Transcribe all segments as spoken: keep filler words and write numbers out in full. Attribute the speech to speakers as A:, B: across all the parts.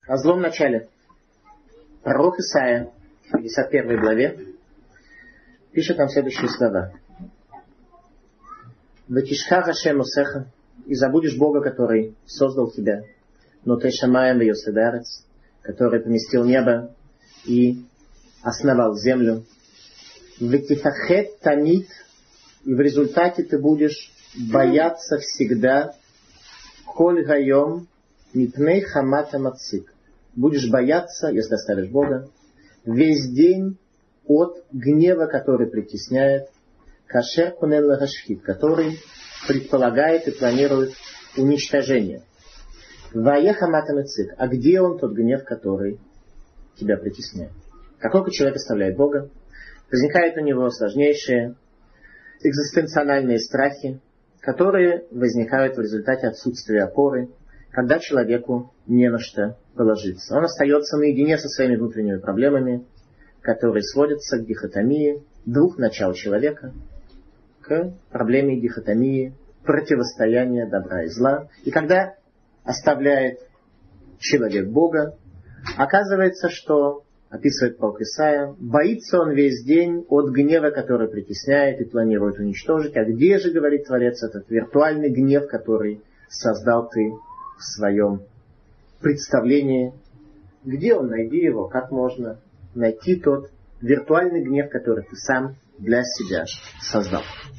A: О злом начале. Пророк Исаия в пятьдесят первой главе пишет нам следующие слова. «Ватишха Хашем усеха, и забудешь Бога, который создал тебя, но ты шамаем вейоседарец, который поместил небо и основал землю. Ватифахет танит, и в результате ты будешь бояться всегда коль гайом мипней хамата мацик. Будешь бояться, если оставишь Бога, весь день от гнева, который притесняет, кашер кунен лагашхит, который предполагает и планирует уничтожение. Вае хамата мацик. А где он, тот гнев, который тебя притесняет? Как только человек оставляет Бога, возникают у него сложнейшие экзистенциональные страхи, которые возникают в результате отсутствия опоры, когда человеку не на что положиться. Он остается наедине со своими внутренними проблемами, которые сводятся к дихотомии двух начал человека, к проблеме дихотомии противостояния добра и зла. И когда оставляет человек Бога, оказывается, что, описывает пророк Исаия, боится он весь день от гнева, который притесняет и планирует уничтожить. А где же, говорит Творец, этот виртуальный гнев, который создал ты в своем представлении? Где он? Найди его. Как можно найти тот виртуальный гнев, который ты сам для себя создал?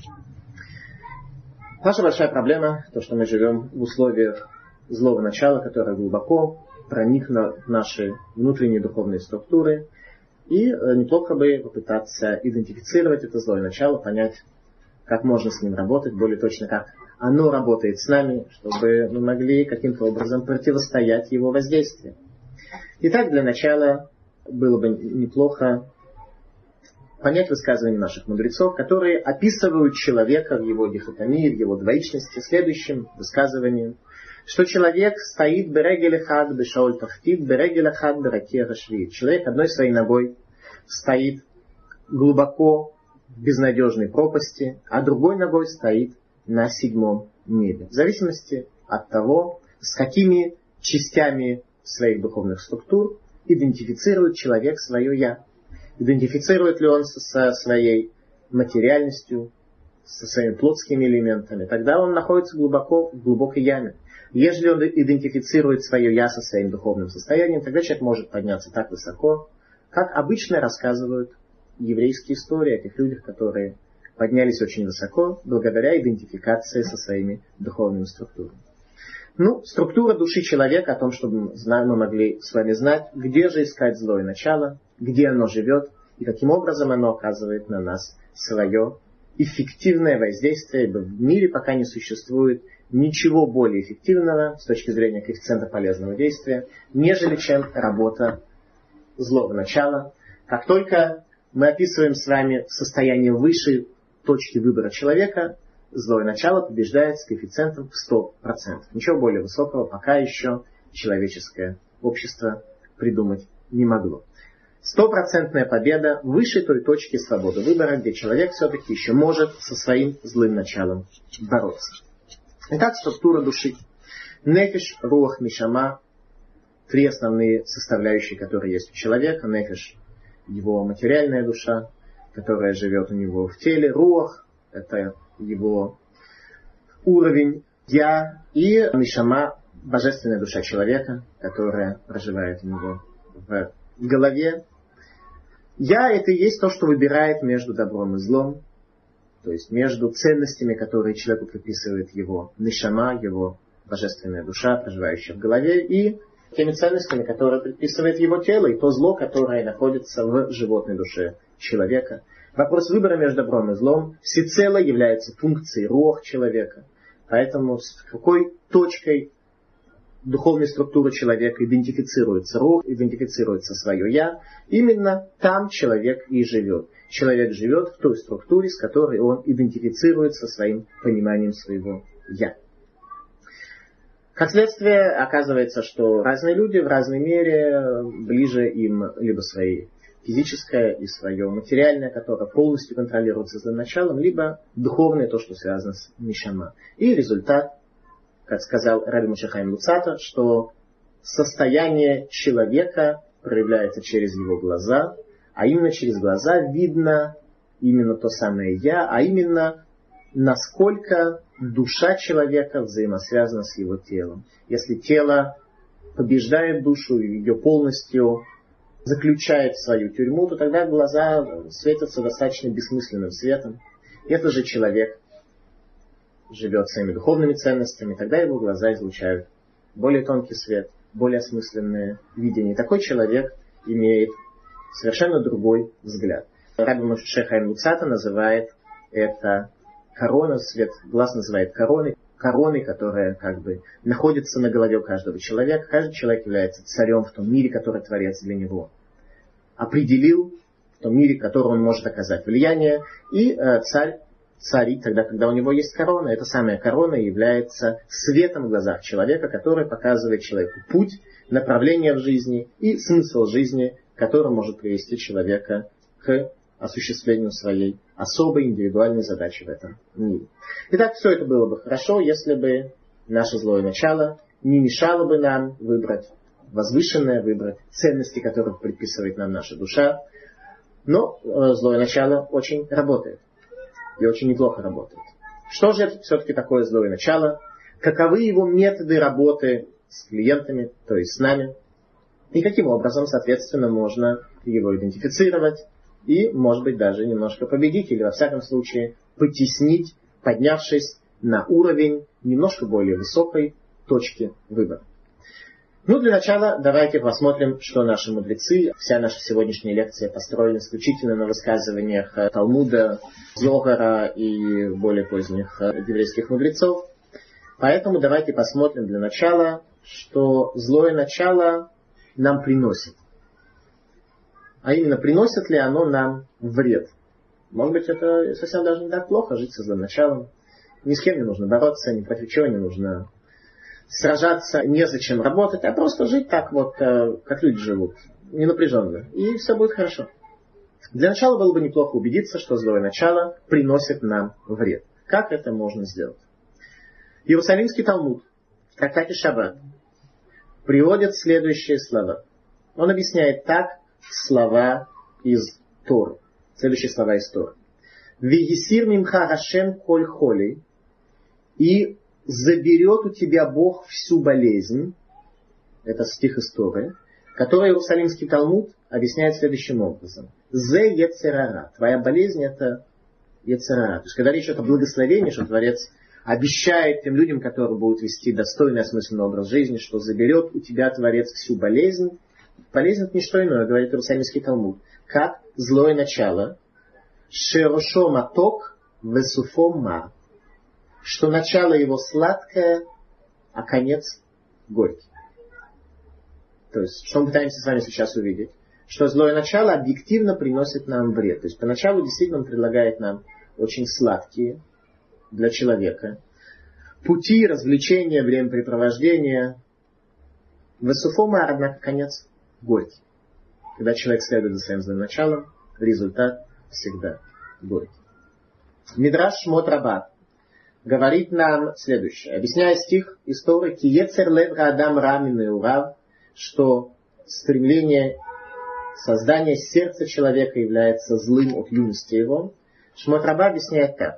A: Наша большая проблема, то, что мы живем в условиях злого начала, которое глубоко проникло в наши внутренние духовные структуры. И неплохо бы попытаться идентифицировать это злое начало, понять, как можно с ним работать, более точно, как оно работает с нами, чтобы мы могли каким-то образом противостоять его воздействию. Итак, для начала было бы неплохо понять высказывания наших мудрецов, которые описывают человека в его дихотомии, в его двоичности, следующим высказыванием, что человек стоит берегеле хад бешаоль тахтит, берегеле хад бераке рашвит. Человек одной своей ногой стоит глубоко в безнадежной пропасти, а другой ногой стоит на седьмом небе. В зависимости от того, с какими частями своих духовных структур идентифицирует человек свое «я». Идентифицирует ли он со своей материальностью, со своими плотскими элементами, тогда он находится глубоко в глубокой яме. Если он идентифицирует свое «я» со своим духовным состоянием, тогда человек может подняться так высоко, как обычно рассказывают еврейские истории о тех людях, которые поднялись очень высоко благодаря идентификации со своими духовными структурами. Ну, структура души человека, о том, чтобы мы могли с вами знать, где же искать злое начало, где оно живет и каким образом оно оказывает на нас свое эффективное воздействие. В мире пока не существует ничего более эффективного с точки зрения коэффициента полезного действия, нежели чем работа злого начала. Как только мы описываем с вами состояние высшей точки выбора человека, злое начало побеждает с коэффициентом в сто процентов. Ничего более высокого пока еще человеческое общество придумать не могло. Стопроцентная победа выше той точки свободы выбора, где человек все-таки еще может со своим злым началом бороться. Итак, структура души. Нефиш, руах, нишама. Три основные составляющие, которые есть у человека. Нефиш — его материальная душа, которая живет у него в теле. Руах — это его уровень я. И нишама — божественная душа человека, которая проживает у него в голове. Я — это и есть то, что выбирает между добром и злом, то есть между ценностями, которые человеку приписывает его нишама, его божественная душа, проживающая в голове, и теми ценностями, которые предписывает его тело, и то зло, которое находится в животной душе человека. Вопрос выбора между добром и злом всецело является функцией руах человека. Поэтому с какой точкой духовной структуры человека идентифицируется рух, идентифицируется свое «я», именно там человек и живет. Человек живет в той структуре, с которой он идентифицируется своим пониманием своего «я». Как следствие, оказывается, что разные люди в разной мере ближе им либо своей физическое и свое материальное, которое полностью контролируется злым началом, либо духовное, то, что связано с нишама. И результат, как сказал Раби Моше Хаим Луцато, что состояние человека проявляется через его глаза, а именно через глаза видно именно то самое «я», а именно насколько душа человека взаимосвязана с его телом. Если тело побеждает душу и ее полностью заключает в свою тюрьму, то тогда глаза светятся достаточно бессмысленным светом. Этот же человек живет своими духовными ценностями, тогда его глаза излучают более тонкий свет, более осмысленное видение. Такой человек имеет совершенно другой взгляд. Рабби Моше Хаим Луцата называет это корона, свет глаз называет короной, короной, которая как бы находится на голове у каждого человека. Каждый человек является царем в том мире, который Творец для него определил, в том мире, в котором он может оказать влияние. И э, царь царит тогда, когда у него есть корона. Эта самая корона является светом в глазах человека, который показывает человеку путь, направление в жизни и смысл жизни, который может привести человека к осуществлению своей особой индивидуальной задачи в этом мире. Итак, все это было бы хорошо, если бы наше злое начало не мешало бы нам выбрать возвышенное, выбрать ценности, которые предписывает нам наша душа. Но э, злое начало очень работает. И очень неплохо работает. Что же это все-таки такое злое начало? Каковы его методы работы с клиентами, то есть с нами? И каким образом, соответственно, можно его идентифицировать и, может быть, даже немножко победить, или, во всяком случае, потеснить, поднявшись на уровень немножко более высокой точки выбора. Ну, для начала давайте посмотрим, что наши мудрецы, вся наша сегодняшняя лекция построена исключительно на высказываниях Талмуда, Зогара и более поздних еврейских мудрецов. Поэтому давайте посмотрим для начала, что злое начало нам приносит. А именно, приносит ли оно нам вред? Может быть, это совсем даже не так плохо, жить со злым началом. Ни с кем не нужно бороться, ни против чего не нужно сражаться, незачем работать, а просто жить так вот, как люди живут, ненапряженно. И все будет хорошо. Для начала было бы неплохо убедиться, что злое начало приносит нам вред. Как это можно сделать? Иерусалимский Талмуд в трактате Шаббат приводит следующие слова. Он объясняет так слова из Торы. Следующие слова из Торы. «Вегисир мимха Хашем коль холи» и заберет у тебя Бог всю болезнь. Это стих из Торы, который Иерусалимский Талмуд объясняет следующим образом. Зе ецерара. Твоя болезнь это ецерара. То есть, когда речь идет о благословении, что Творец обещает тем людям, которые будут вести достойный осмысленный образ жизни, что заберет у тебя Творец всю болезнь. Болезнь это не что иное, говорит Иерусалимский Талмуд, как злое начало. Шерошо маток весуфо ма. Что начало его сладкое, а конец горький. То есть, что мы пытаемся с вами сейчас увидеть? Что злое начало объективно приносит нам вред. То есть, поначалу действительно он предлагает нам очень сладкие для человека пути, развлечения, времяпрепровождения. Весуфома, однако, конец горький. Когда человек следует за своим злым началом, результат всегда горький. Мидраш Шмот Раба говорит нам следующее. Объясняя стих из Торы, «Ки ецер лев адам рамин и урав», что стремление создания сердца человека является злым от юности его. Шмот Раба объясняет так.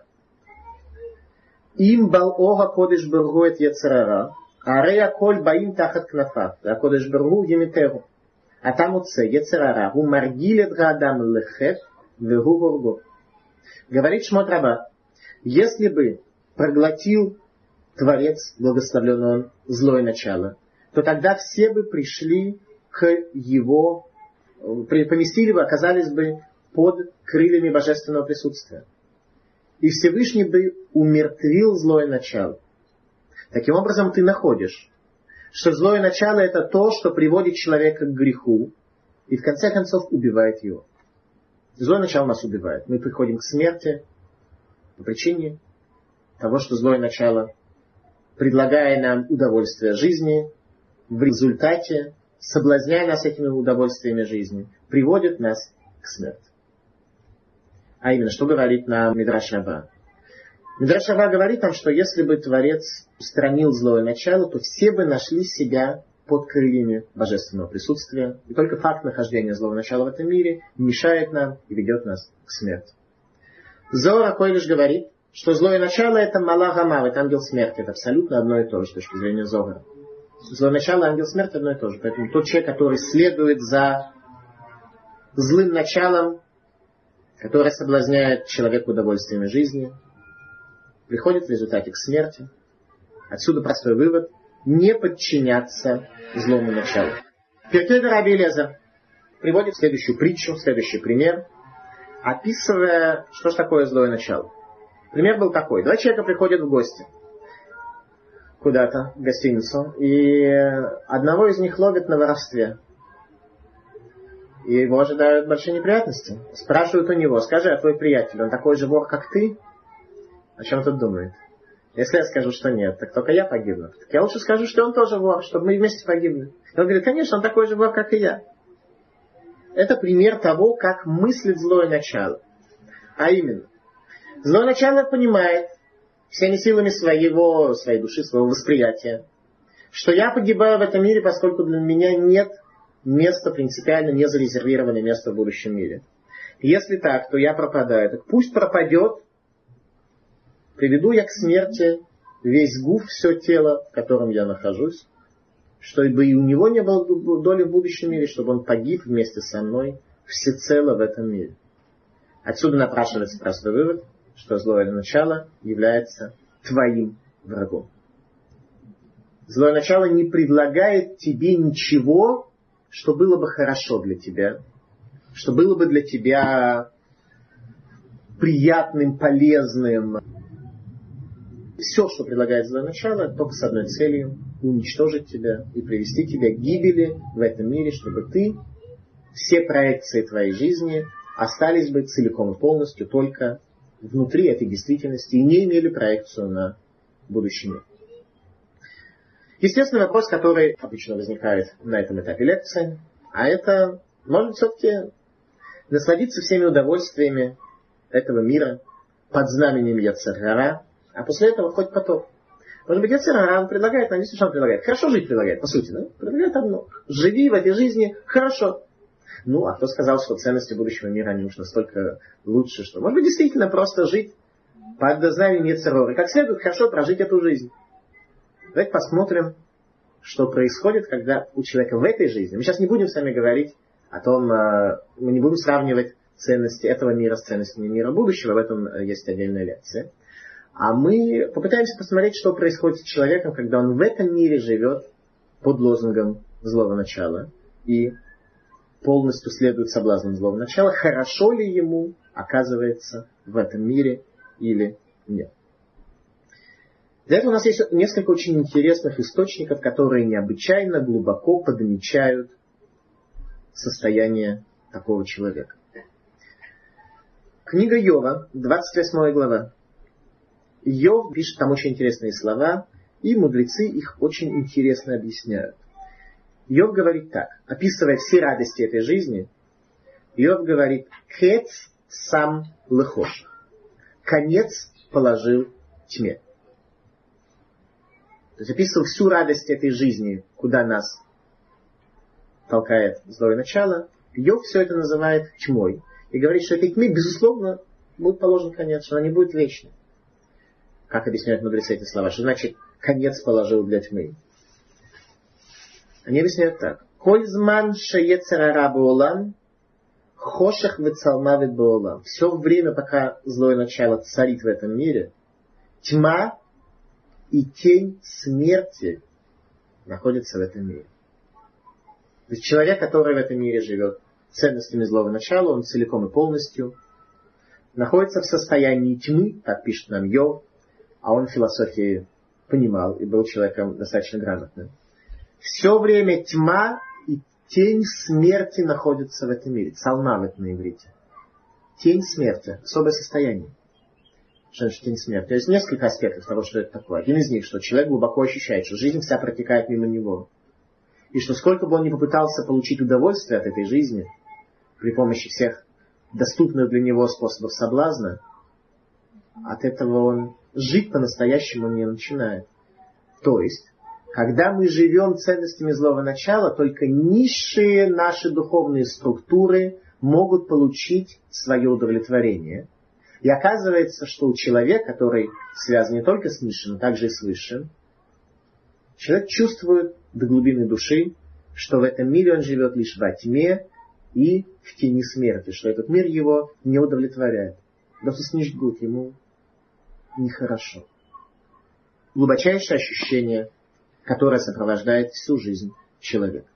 A: «Им бал ога кодеш бергу эт ецерара, арея коль баим тахат кнафав, а кодеш бергу емитеру, а там уце ецерара, гу маргилет гадам лехет, вегу горго». Говорит Шмот Раба, если бы проглотил Творец, благословленный он, злое начало, то тогда все бы пришли к его, поместили бы, оказались бы под крыльями божественного присутствия. И Всевышний бы умертвил злое начало. Таким образом, ты находишь, что злое начало это то, что приводит человека к греху и в конце концов убивает его. Злое начало нас убивает. Мы приходим к смерти по причине того, что злое начало, предлагая нам удовольствие жизни, в результате, соблазняя нас этими удовольствиями жизни, приводит нас к смерти. А именно, что говорит нам Мидраш Раба? Мидраш Раба говорит нам, что если бы Творец устранил злое начало, то все бы нашли себя под крыльями божественного присутствия. И только факт нахождения злого начала в этом мире мешает нам и ведет нас к смерти. Зоар ха-Койдеш говорит, что злое начало это Малах ха-Мавет, ангел смерти. Это абсолютно одно и то же с точки зрения Зоара. Злое начало и ангел смерти одно и то же. Поэтому тот человек, который следует за злым началом, который соблазняет человека удовольствиями жизни, приходит в результате к смерти. Отсюда простой вывод: не подчиняться злому началу. Пиркей де Раби Элиэзер приводит следующую притчу, следующий пример, описывая, что же такое злое начало. Пример был такой. Два человека приходят в гости куда-то, в гостиницу, и одного из них ловят на воровстве. И его ожидают большие неприятности. Спрашивают у него: скажи, а твой приятель, он такой же вор, как ты? О чем тут думает? Если я скажу, что нет, так только я погибну. Так я лучше скажу, что он тоже вор, чтобы мы вместе погибли. И он говорит: конечно, он такой же вор, как и я. Это пример того, как мыслит злое начало. А именно, злое начало понимает всеми силами своего, своей души, своего восприятия, что я погибаю в этом мире, поскольку для меня нет места, принципиально не зарезервированное место в будущем мире. Если так, то я пропадаю. Так пусть пропадет. Приведу я к смерти весь гуф, все тело, в котором я нахожусь, чтобы и у него не было доли в будущем мире, чтобы он погиб вместе со мной всецело в этом мире. Отсюда напрашивается простой вывод, что злое начало является твоим врагом. Злое начало не предлагает тебе ничего, что было бы хорошо для тебя, что было бы для тебя приятным, полезным. Все, что предлагает злое начало, только с одной целью: уничтожить тебя и привести тебя к гибели в этом мире, чтобы ты, все проекции твоей жизни остались бы целиком и полностью только внутри этой действительности и не имели проекцию на будущий мир. Естественный вопрос, который обычно возникает на этом этапе лекции, а это, может быть, все-таки насладиться всеми удовольствиями этого мира под знаменем Йецер ха-Ра, а после этого хоть потом. Может быть, Йецер ха-Ра предлагает нам, действительно, что он предлагает? Хорошо жить предлагает, по сути, да? Предлагает одно: живи в этой жизни хорошо. Ну, а кто сказал, что ценности будущего мира, они уж настолько лучше, что... Может быть, действительно просто жить под знаменем Йецер ха-Ра, как следует хорошо прожить эту жизнь. Давайте посмотрим, что происходит, когда у человека в этой жизни... Мы сейчас не будем с вами говорить о том, мы не будем сравнивать ценности этого мира с ценностями мира будущего, в этом есть отдельная лекция. А мы попытаемся посмотреть, что происходит с человеком, когда он в этом мире живет под лозунгом злого начала и полностью следует соблазнам злого начала, хорошо ли ему оказывается в этом мире или нет. Для этого у нас есть несколько очень интересных источников, которые необычайно глубоко подмечают состояние такого человека. Книга Йова, двадцать восьмая глава. Йов пишет там очень интересные слова, и мудрецы их очень интересно объясняют. Йов говорит так, описывая все радости этой жизни, Йов говорит: «Кец сам лехош». Конец положил тьме. То есть, описывая всю радость этой жизни, куда нас толкает злое начало, Йов все это называет тьмой. И говорит, что этой тьме, безусловно, будет положен конец, что она не будет вечной. Как объясняют мудрецы эти слова? Что значит конец положил для тьмы? Они объясняют так. Коль зман шеецер ха-Ра беолам, хошех вецалмавет беолам. Все время, пока злое начало царит в этом мире, тьма и тень смерти находятся в этом мире. То есть человек, который в этом мире живет ценностями злого начала, он целиком и полностью находится в состоянии тьмы, так пишет нам Йов, а он в философии понимал и был человеком достаточно грамотным. Все время тьма и тень смерти находятся в этом мире. Цалмавет на иврите. Тень смерти. Особое состояние. Что значит тень смерти? То есть несколько аспектов того, что это такое. Один из них, что человек глубоко ощущает, что жизнь вся протекает мимо него. И что сколько бы он ни попытался получить удовольствие от этой жизни, при помощи всех доступных для него способов соблазна, от этого он жить по-настоящему не начинает. То есть, Когда мы живем ценностями злого начала, только низшие наши духовные структуры могут получить свое удовлетворение. И оказывается, что у человека, который связан не только с низшим, но также и с высшим, человек чувствует до глубины души, что в этом мире он живет лишь во тьме и в тени смерти, что этот мир его не удовлетворяет. Даже снижгут ему нехорошо. Глубочайшее ощущение, которое сопровождает всю жизнь человека.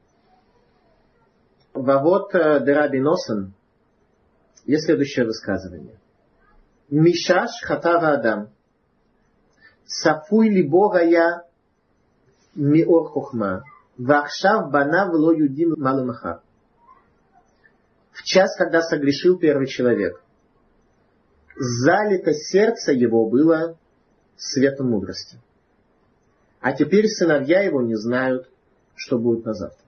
A: В Авот де Раби Носон есть следующее высказывание. Мишаш хатава адам. Сафуй ли Бога я миор хохма. Вахшав банав ло юдим малымаха. В час, когда согрешил первый человек, залито сердце его было светом мудрости. А теперь сыновья его не знают, что будет на завтра.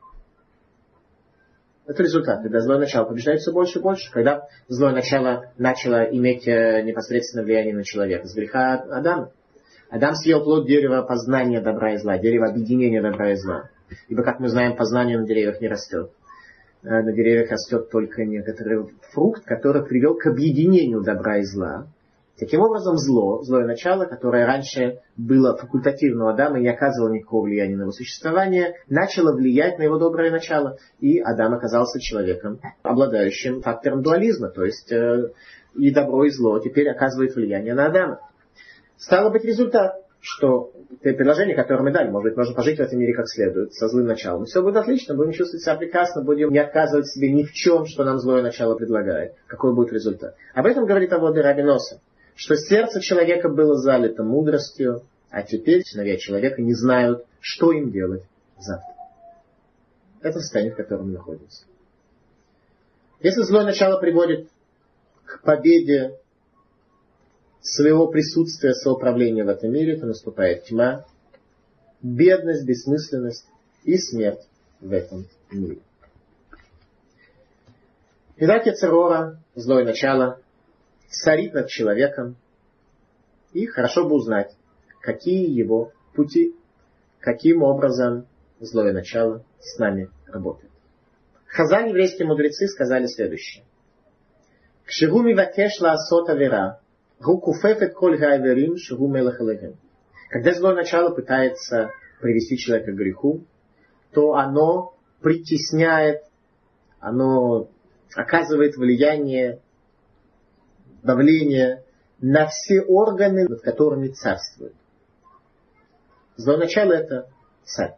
A: Это результат, когда злое начало побеждает все больше и больше, когда злое начало начало иметь непосредственное влияние на человека. С греха Адама. Адам съел плод дерева познания добра и зла, дерево объединения добра и зла. Ибо, как мы знаем, познание на деревьях не растет. На деревьях растет только некоторый фрукт, который привел к объединению добра и зла. Таким образом, зло, злое начало, которое раньше было факультативно у Адама и не оказывало никакого влияния на его существование, начало влиять на его доброе начало. И Адам оказался человеком, обладающим фактором дуализма. То есть э, и добро, и зло теперь оказывает влияние на Адама. Стало быть, результат, что предложение, которое мы дали, может быть, можно пожить в этом мире как следует, со злым началом. Все будет отлично, будем чувствовать себя прекрасно, будем не отказывать себе ни в чем, что нам злое начало предлагает. Какой будет результат? Об этом говорит Авот де Раби Носон, что сердце человека было залито мудростью, а теперь сыновья человека не знают, что им делать завтра. Это состояние, в котором мы находимся. Если злое начало приводит к победе своего присутствия, соуправления в этом мире, то наступает тьма, бедность, бессмысленность и смерть в этом мире. Итак, Йецер ора, злое начало, царит над человеком, и хорошо бы узнать, какие его пути, каким образом злое начало с нами работает. Хазаль, еврейские мудрецы, сказали следующее. Кшигу мивакеш лаасот авера, рукуфефет коль гаэверим шигу мелех элехем. Когда злое начало пытается привести человека к греху, то оно притесняет, оно оказывает влияние, давление на все органы, над которыми царствует. Злое начало — это царь.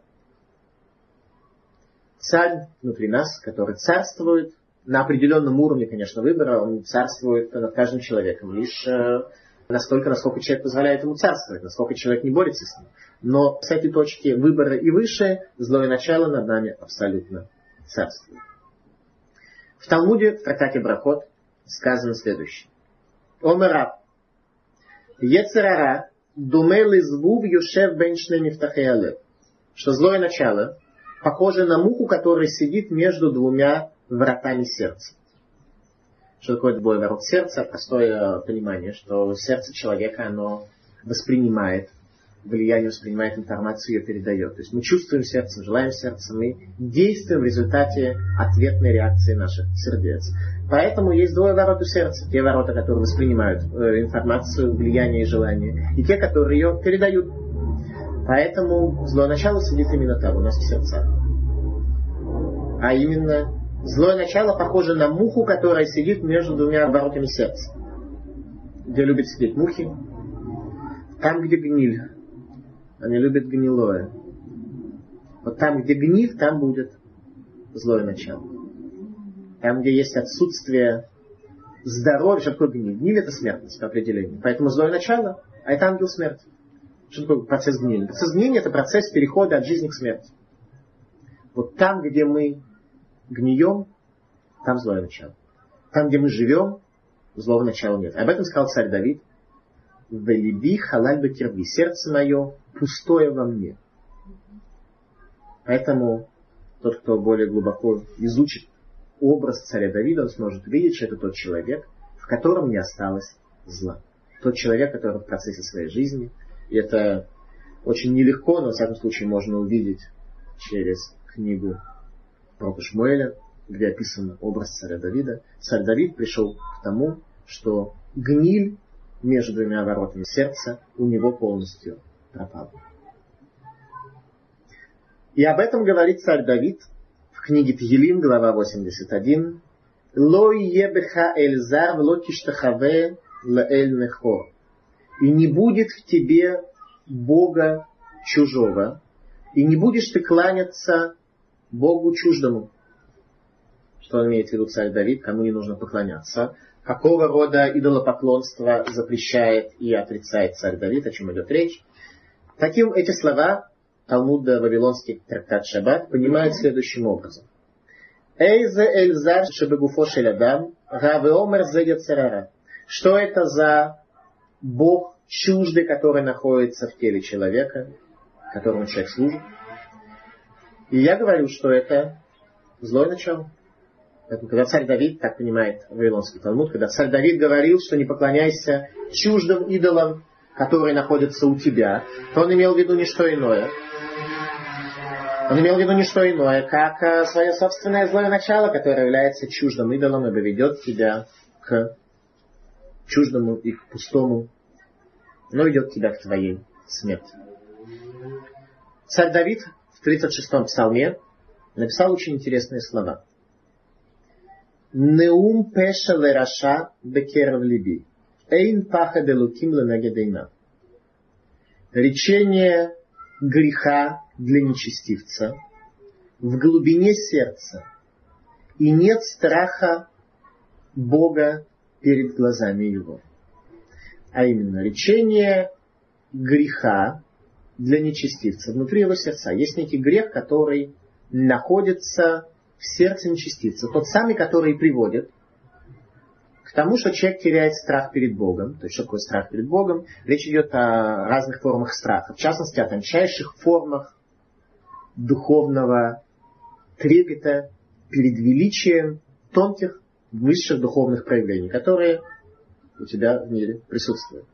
A: Царь внутри нас, который царствует на определенном уровне, конечно, выбора, он царствует над каждым человеком. Лишь настолько, насколько человек позволяет ему царствовать, насколько человек не борется с ним. Но с этой точки выбора и выше злое начало над нами абсолютно царствует. В Талмуде, в трактате Брахот, сказано следующее. Омераб. Йецер ора думе лизвув юшев бен шней мифтахей алев. Что злое начало похоже на муху, которая сидит между двумя вратами сердца. Что такое двое ворот сердца? Простое понимание, что сердце человека, оно воспринимает влияние, воспринимает информацию, ее передает. То есть мы чувствуем сердцем, желаем сердцем, мы действуем в результате ответной реакции наших сердец. Поэтому есть двое ворот у сердца. Те ворота, которые воспринимают информацию, влияние и желание, и те, которые ее передают. Поэтому злое начало сидит именно там, у нас в сердцах. А именно, злое начало похоже на муху, которая сидит между двумя воротами сердца. Где любят сидеть мухи? Там, где гниль. Они любят гнилое. Вот там, где гниль, там будет злое начало. Там, где есть отсутствие здоровья, что такое гниль? Гниль — это смертность по определению. Поэтому злое начало, а это ангел смерти. Что такое процесс гнили? Процесс гнили — это процесс перехода от жизни к смерти. Вот там, где мы гнием, там злое начало. Там, где мы живем, злого начала нет. Об этом сказал царь Давид. «Велиби халаль бекерби». Сердце мое пустое во мне. Поэтому тот, кто более глубоко изучит образ царя Давида, он сможет видеть, что это тот человек, в котором не осталось зла. Тот человек, который в процессе своей жизни, и это очень нелегко, но, во всяком случае, можно увидеть через книгу пророка Шмуэля, где описан образ царя Давида. Царь Давид пришел к тому, что гниль между двумя воротами сердца у него полностью пропала. И об этом говорит царь Давид в книге Тегилим, глава восемьдесят один. «Ло ебеха эльзар вло тиштахаве лаэль нехор». И не будет в тебе Бога чужого, и не будешь ты кланяться Богу чуждому. Что имеет в виду царь Давид, кому не нужно поклоняться? Какого рода идолопоклонство запрещает и отрицает царь Давид, о чем идет речь? Таким эти слова Талмуд Вавилонский трактат Шаббат понимает следующим образом. Эйзе эльзар шебегуфо шель адам, раве омер зе яцер. Что это за Бог чуждый, который находится в теле человека, которому человек служит? И я говорю, что это злое начало. Поэтому, когда царь Давид, так понимает Вавилонский Талмуд, когда царь Давид говорил, что не поклоняйся чуждым идолам, которые находятся у тебя, то он имел в виду не что иное. Он имел в виду не что иное, как а, свое собственное злое начало, которое является чуждым идолом и поведет тебя к чуждому и к пустому, но ведет тебя к твоей смерти. Царь Давид в тридцать шестом псалме написал очень интересные слова. Неум пеша лераша бекерав либи. Эйн паха делуким ленегедейна. Речение греха для нечестивца в глубине сердца, и нет страха Бога перед глазами его. А именно, речение греха для нечестивца внутри его сердца. Есть некий грех, который находится в сердце нечестивца. Тот самый, который приводит к тому, что человек теряет страх перед Богом. То есть, что такое страх перед Богом? Речь идет о разных формах страха. В частности, о тончайших формах духовного трепета перед величием тонких, высших духовных проявлений, которые у тебя в мире присутствуют.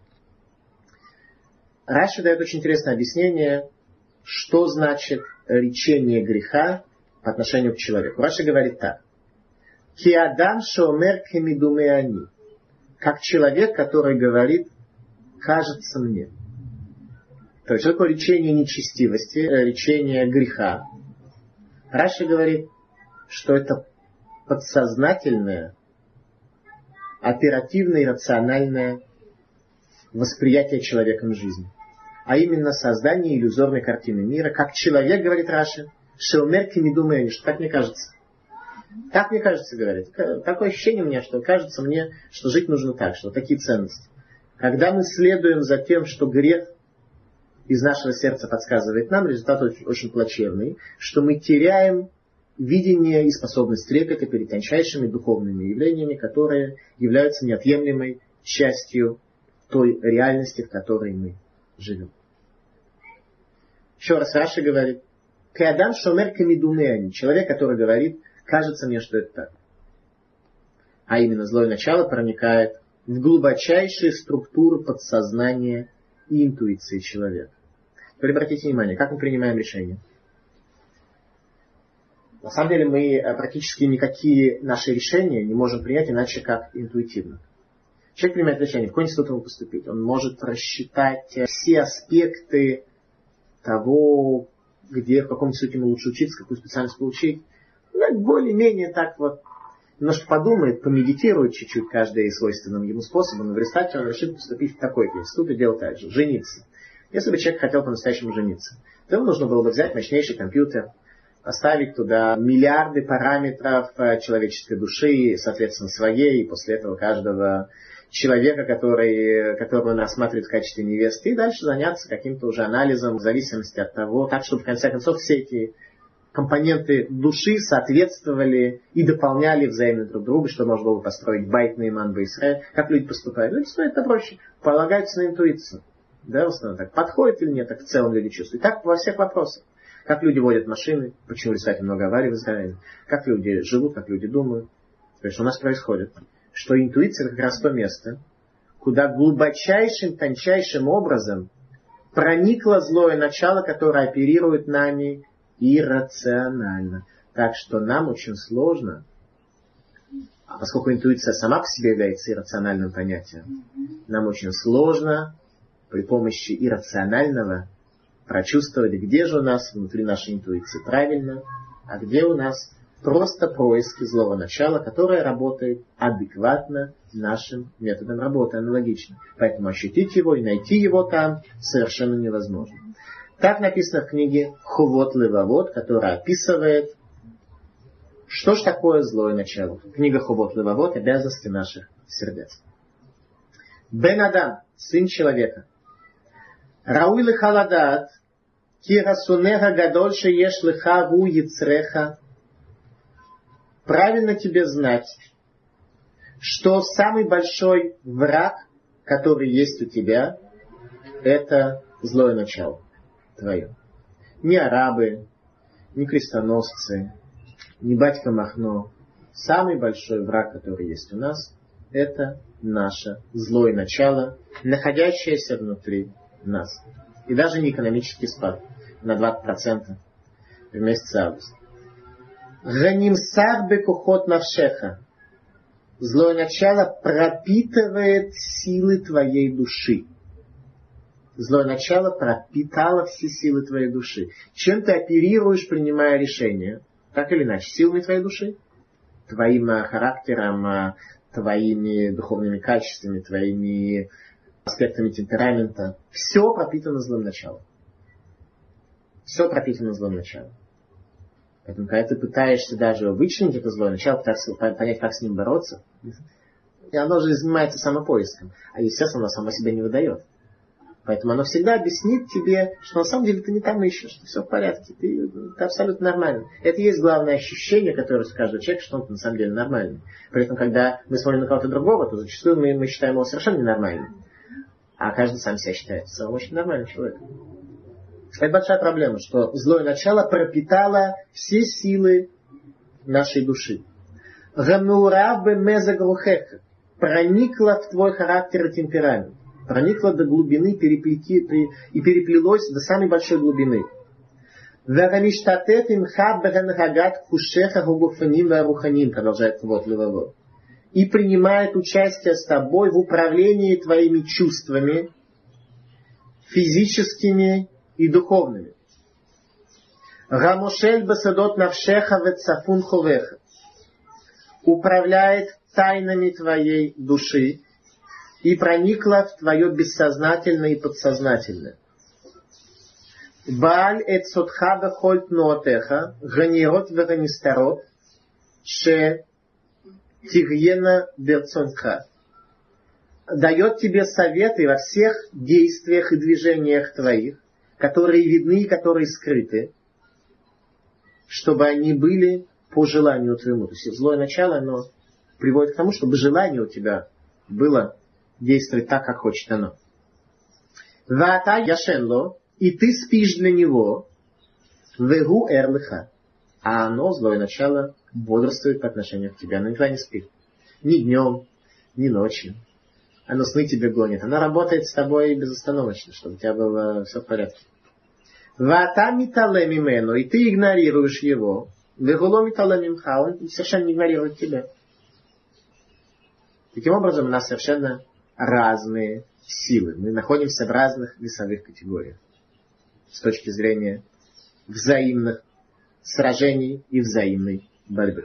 A: Раши дает очень интересное объяснение, что значит речение греха по отношению к человеку. Раши говорит так. Ки адам шоомер кемидуме ани. Как человек, который говорит, кажется мне. То есть, что такое речение нечестивости, речение греха? Раши говорит, что это подсознательное, оперативное и рациональное восприятие человеком жизни. А именно создание иллюзорной картины мира. Как человек, говорит Раши, шоомер кемидуме ани, что так мне кажется. Так мне кажется, говорит. Такое ощущение у меня, что кажется мне, что жить нужно так, что такие ценности. Когда мы следуем за тем, что грех из нашего сердца подсказывает нам, результат очень, очень плачевный, что мы теряем видение и способность трепета перед тончайшими духовными явлениями, которые являются неотъемлемой частью той реальности, в которой мы живем. Еще раз Раши говорит, «Кеадам шомер камидумеани», человек, который говорит, кажется мне, что это так. А именно, злое начало проникает в глубочайшие структуры подсознания и интуиции человека. Теперь обратите внимание, как мы принимаем решения. На самом деле мы практически никакие наши решения не можем принять иначе, как интуитивно. Человек принимает решение, в какой институт ему поступить. Он может рассчитать все аспекты того, где, в каком институте ему лучше учиться, какую специальность получить. Более-менее так вот немножко подумает, помедитирует чуть-чуть каждый свойственным ему способом, и в результате он решит поступить в такой институт и делать так же, жениться. Если бы человек хотел по-настоящему жениться, то ему нужно было бы взять мощнейший компьютер, поставить туда миллиарды параметров человеческой души, соответственно, своей, и после этого каждого человека, который, которого он рассматривает в качестве невесты, и дальше заняться каким-то уже анализом в зависимости от того, так, чтобы в конце концов все эти компоненты души соответствовали и дополняли взаимно друг друга, что можно было построить байт Нейман Бейсраэль. Как люди поступают? Люди поступают это проще. Полагаются на интуицию. Да, в основном так. Подходит или нет, так в целом люди чувствуют. Так во всех вопросах. Как люди водят машины, почему в результате много аварий в Израиле, как люди живут, как люди думают. То есть у нас происходит, что интуиция это как раз то место, куда глубочайшим, тончайшим образом проникло злое начало, которое оперирует нами иррационально. Так что нам очень сложно, а поскольку интуиция сама по себе является иррациональным понятием, нам очень сложно при помощи иррационального прочувствовать, где же у нас внутри нашей интуиции правильно, а где у нас просто происки злого начала, которое работает адекватно нашим методам работы, аналогично. Поэтому ощутить его и найти его там совершенно невозможно. Так написано в книге Ховот Левавот, которая описывает, что ж такое злое начало. Книга Ховот Левавот — обязанности наших сердец. Бен Адам, сын человека. Рауи леха ладаат, ки расунеха гадоль шееш леха гу яцреха. Правильно тебе знать, что самый большой враг, который есть у тебя, это злое начало твое. Не арабы, не крестоносцы, не батька Махно. Самый большой враг, который есть у нас, это наше злое начало, находящееся внутри нас. И даже не экономический спад на двадцать процентов в месяц август. Ганимсар бекухот навшеха. Злое начало пропитывает силы твоей души. Злое начало пропитало все силы твоей души. Чем ты оперируешь, принимая решения? Так или иначе, силами твоей души, твоим характером, твоими духовными качествами, твоими аспектами темперамента. Все пропитано злым началом. Все пропитано злым началом. Поэтому, когда ты пытаешься даже вычленить это злое начало, пытаешься понять, как с ним бороться, и оно же занимается самопоиском. А естественно, оно само себя не выдает. Поэтому оно всегда объяснит тебе, что на самом деле ты не там ищешь, что все в порядке, ты, ты абсолютно нормальный. Это и есть главное ощущение, которое у каждого человека, что он на самом деле нормальный. При этом, когда мы смотрим на кого-то другого, то зачастую мы, мы считаем его совершенно ненормальным. А каждый сам себя считает самым очень нормальным человеком. Это большая проблема, что злое начало пропитало все силы нашей души. Проникло в твой характер и темперамент. Проникло до глубины переплети, и переплелось до самой большой глубины. Продолжает вот Левавот. И принимает участие с тобой в управлении твоими чувствами, физическими и духовными. Рамошель басадот навшеха вецафун ховеха. Управляет тайнами твоей души и проникла в твое бессознательное и подсознательное. Бааль эт сотха бехоль тноотеха ганирот веганистарот ше тигьена берцонха. Дает тебе советы во всех действиях и движениях твоих, которые видны и которые скрыты, чтобы они были по желанию твоему. То есть злое начало, оно приводит к тому, чтобы желание у тебя было действовать так, как хочет оно. Ваата яшенло, и ты спишь для него, вегу эрлыха, а оно, злое начало, бодрствует по отношению к тебе. Оно никогда не спит. Ни днем, ни ночью. Оно сны тебе гонит. Оно работает с тобой безостановочно, чтобы у тебя было все в порядке. Ваата митале мимену, и ты игнорируешь его. Вегуло митале мимха, он совершенно не игнорирует тебя. Таким образом, у нас совершенно разные силы. Мы находимся в разных весовых категориях. С точки зрения взаимных сражений и взаимной борьбы.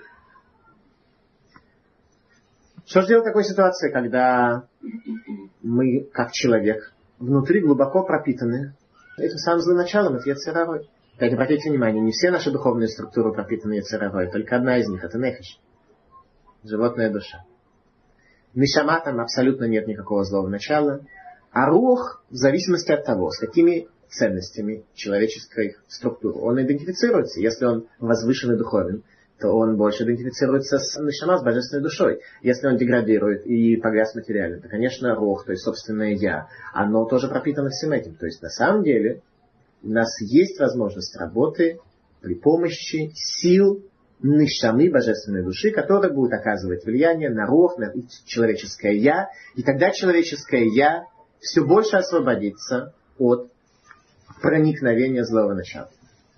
A: Что же делать в такой ситуации, когда мы, как человек, внутри глубоко пропитаны этим самым злым началом, это йецер ара. Опять обратите внимание, не все наши духовные структуры пропитаны йецер ара, только одна из них, это нефеш, животная душа. Нешама там абсолютно нет никакого злого начала, а рух, в зависимости от того, с какими ценностями человеческой структуры он идентифицируется. Если он возвышен и духовен, то он больше идентифицируется с нешама, с божественной душой. Если он деградирует и погряз материально, то, конечно, рух, то есть собственное я, оно тоже пропитано всем этим. То есть, на самом деле, у нас есть возможность работы при помощи сил нешамы, божественной души, которая будет оказывать влияние на рух, на человеческое я, и тогда человеческое я все больше освободится от проникновения злого начала.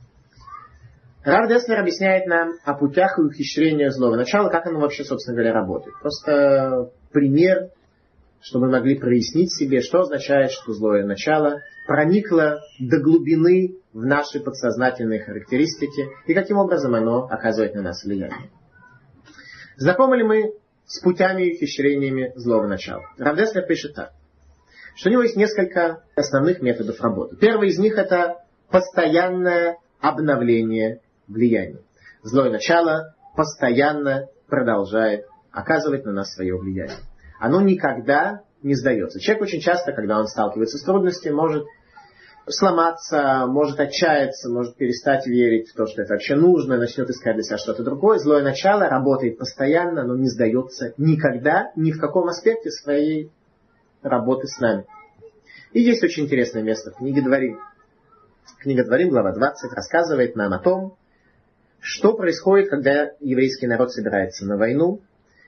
A: Рав Деслер объясняет нам о путях и ухищрениях злого начала, как оно вообще, собственно говоря, работает. Просто пример, чтобы мы могли прояснить себе, что означает, что злое начало проникло до глубины в наши подсознательные характеристики и каким образом оно оказывает на нас влияние. Знакомы ли мы с путями и ухищрениями злого начала? Рав Деслер пишет так, что у него есть несколько основных методов работы. Первый из них это постоянное обновление влияния. Злое начало постоянно продолжает оказывать на нас свое влияние. Оно никогда не сдается. Человек очень часто, когда он сталкивается с трудностями, может сломаться, может отчаяться, может перестать верить в то, что это вообще нужно, начнет искать для себя что-то другое. Злое начало работает постоянно, но не сдается никогда, ни в каком аспекте своей работы с нами. И есть очень интересное место в книге Дворим. Книга Дворим, глава двадцать, рассказывает нам о том, что происходит, когда еврейский народ собирается на войну.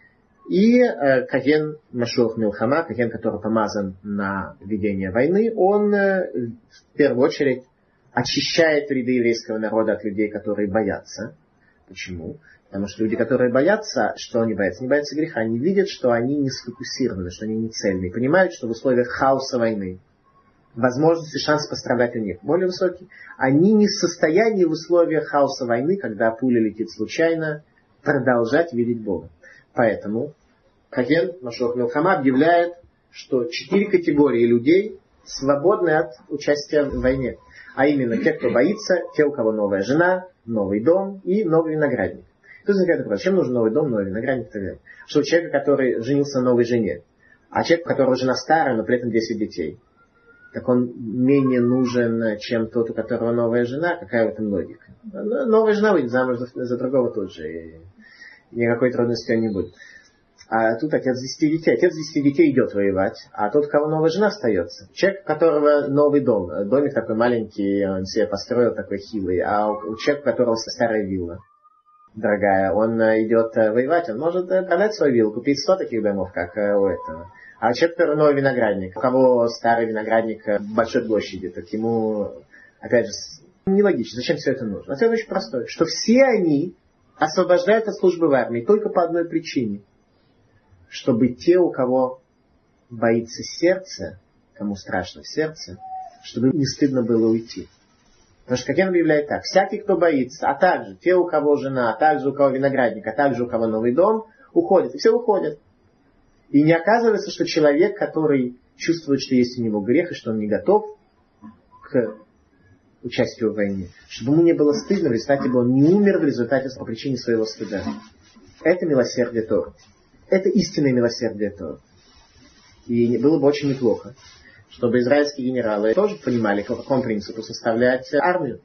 A: И э, Коген Машуах Милхама, Коген, который помазан на ведение войны, он э, в первую очередь очищает ряды еврейского народа от людей, которые боятся. Почему? Потому что люди, которые боятся, что они боятся? Не боятся греха. Они видят, что они не сфокусированы, что они не цельные. Понимают, что в условиях хаоса войны возможность и шанс пострадать у них более высокий. Они не в состоянии в условиях хаоса войны, когда пуля летит случайно, продолжать видеть Бога. Поэтому Коген Машуах Милхама объявляет, что четыре категории людей свободны от участия в войне. А именно те, кто боится, те, у кого новая жена, новый дом и новый виноградник. Тут возникает вопрос, зачем нужен новый дом, новый виноградник и так далее? Что у человека, который женился на новой жене, а человек, у которого жена старая, но при этом десять детей, так он менее нужен, чем тот, у которого новая жена. Какая в этом логика? Новая жена выйдет замуж за, за другого тут же, и никакой трудности не будет. А тут отец десяти детей. Отец десяти детей идет воевать, а тот, у кого новая жена, остается. Человек, у которого новый дом. Домик такой маленький, он себе построил такой хилый, а у человека, у которого старая вилла дорогая, он идет воевать, он может продать свою виллу, купить сто таких домов, как у этого. А человек, который новый виноградник, у кого старый виноградник в большой площади, так ему, опять же, нелогично. Зачем все это нужно? Ответ очень простой, что все они освобождают от службы в армии только по одной причине. Чтобы те, у кого боится сердце, кому страшно в сердце, чтобы им не стыдно было уйти. Потому что Коген объявляет так: всякий, кто боится, а также те, у кого жена, а также у кого виноградник, а также у кого новый дом, уходят. И все уходят. И не оказывается, что человек, который чувствует, что есть у него грех, и что он не готов к участию в войне, чтобы ему не было стыдно, в результате бы он не умер в результате по причине своего стыда. Это милосердие Торы. Это истинное милосердие Торы. И было бы очень неплохо, чтобы израильские генералы тоже понимали, по какому принципу составлять армию.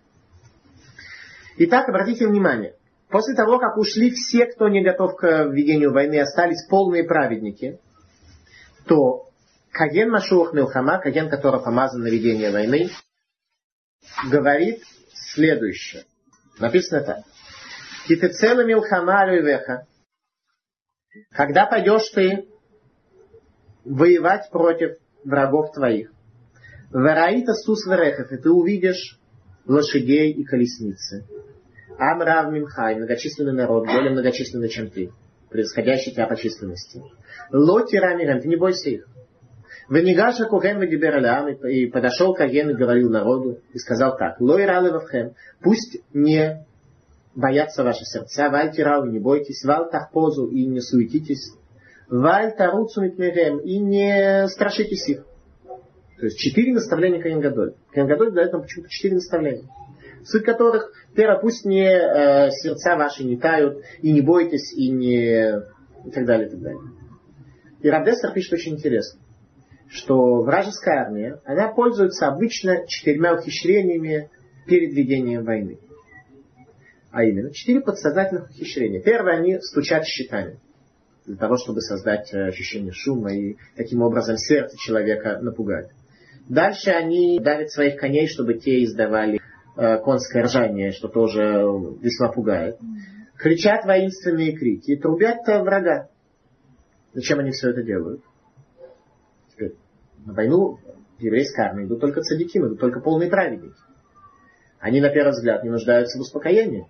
A: Итак, обратите внимание. После того, как ушли все, кто не готов к ведению войны, остались полные праведники, то Коген Машуах Милхама, Коген, который помазан на ведение войны, говорит следующее. Написано так. Китецела Милхама Люйвеха. Когда пойдешь ты воевать против врагов твоих, Вараита сус верехов, и ты увидишь лошадей и колесницы. Амрав Мимхай, многочисленный народ, более многочисленный, чем ты, превосходящий тебя по численности. Лоти Рамирем, ты не бойся их. Венигаша Коген Вегибералям, и подошел Коген и говорил народу, и сказал так: Лой Ралы Вавхем, пусть не боятся ваши сердца, валь тирау, не бойтесь, валь тахпозу, и не суетитесь, валь таруцу митмерем, и не страшитесь их. То есть четыре наставления Коген Гадоль. Коген Гадоль дает нам почему-то четыре наставления. Суть которых, первое, пусть не э, сердца ваши не тают, и не бойтесь, и не... и так далее, и так далее. И Рав Деслер пишет очень интересно, что вражеская армия, она пользуется обычно четырьмя ухищрениями перед ведением войны. А именно, четыре подсознательных ухищрения. Первое, они стучат щитами, для того, чтобы создать ощущение шума и таким образом сердце человека напугать. Дальше они давят своих коней, чтобы те издавали конское ржание, что тоже весьма пугает. Кричат воинственные крики и трубят врага. Зачем они все это делают? Теперь, на войну В еврейской армии идут только цадиким, идут только полные праведники. Они, на первый взгляд, не нуждаются в успокоении.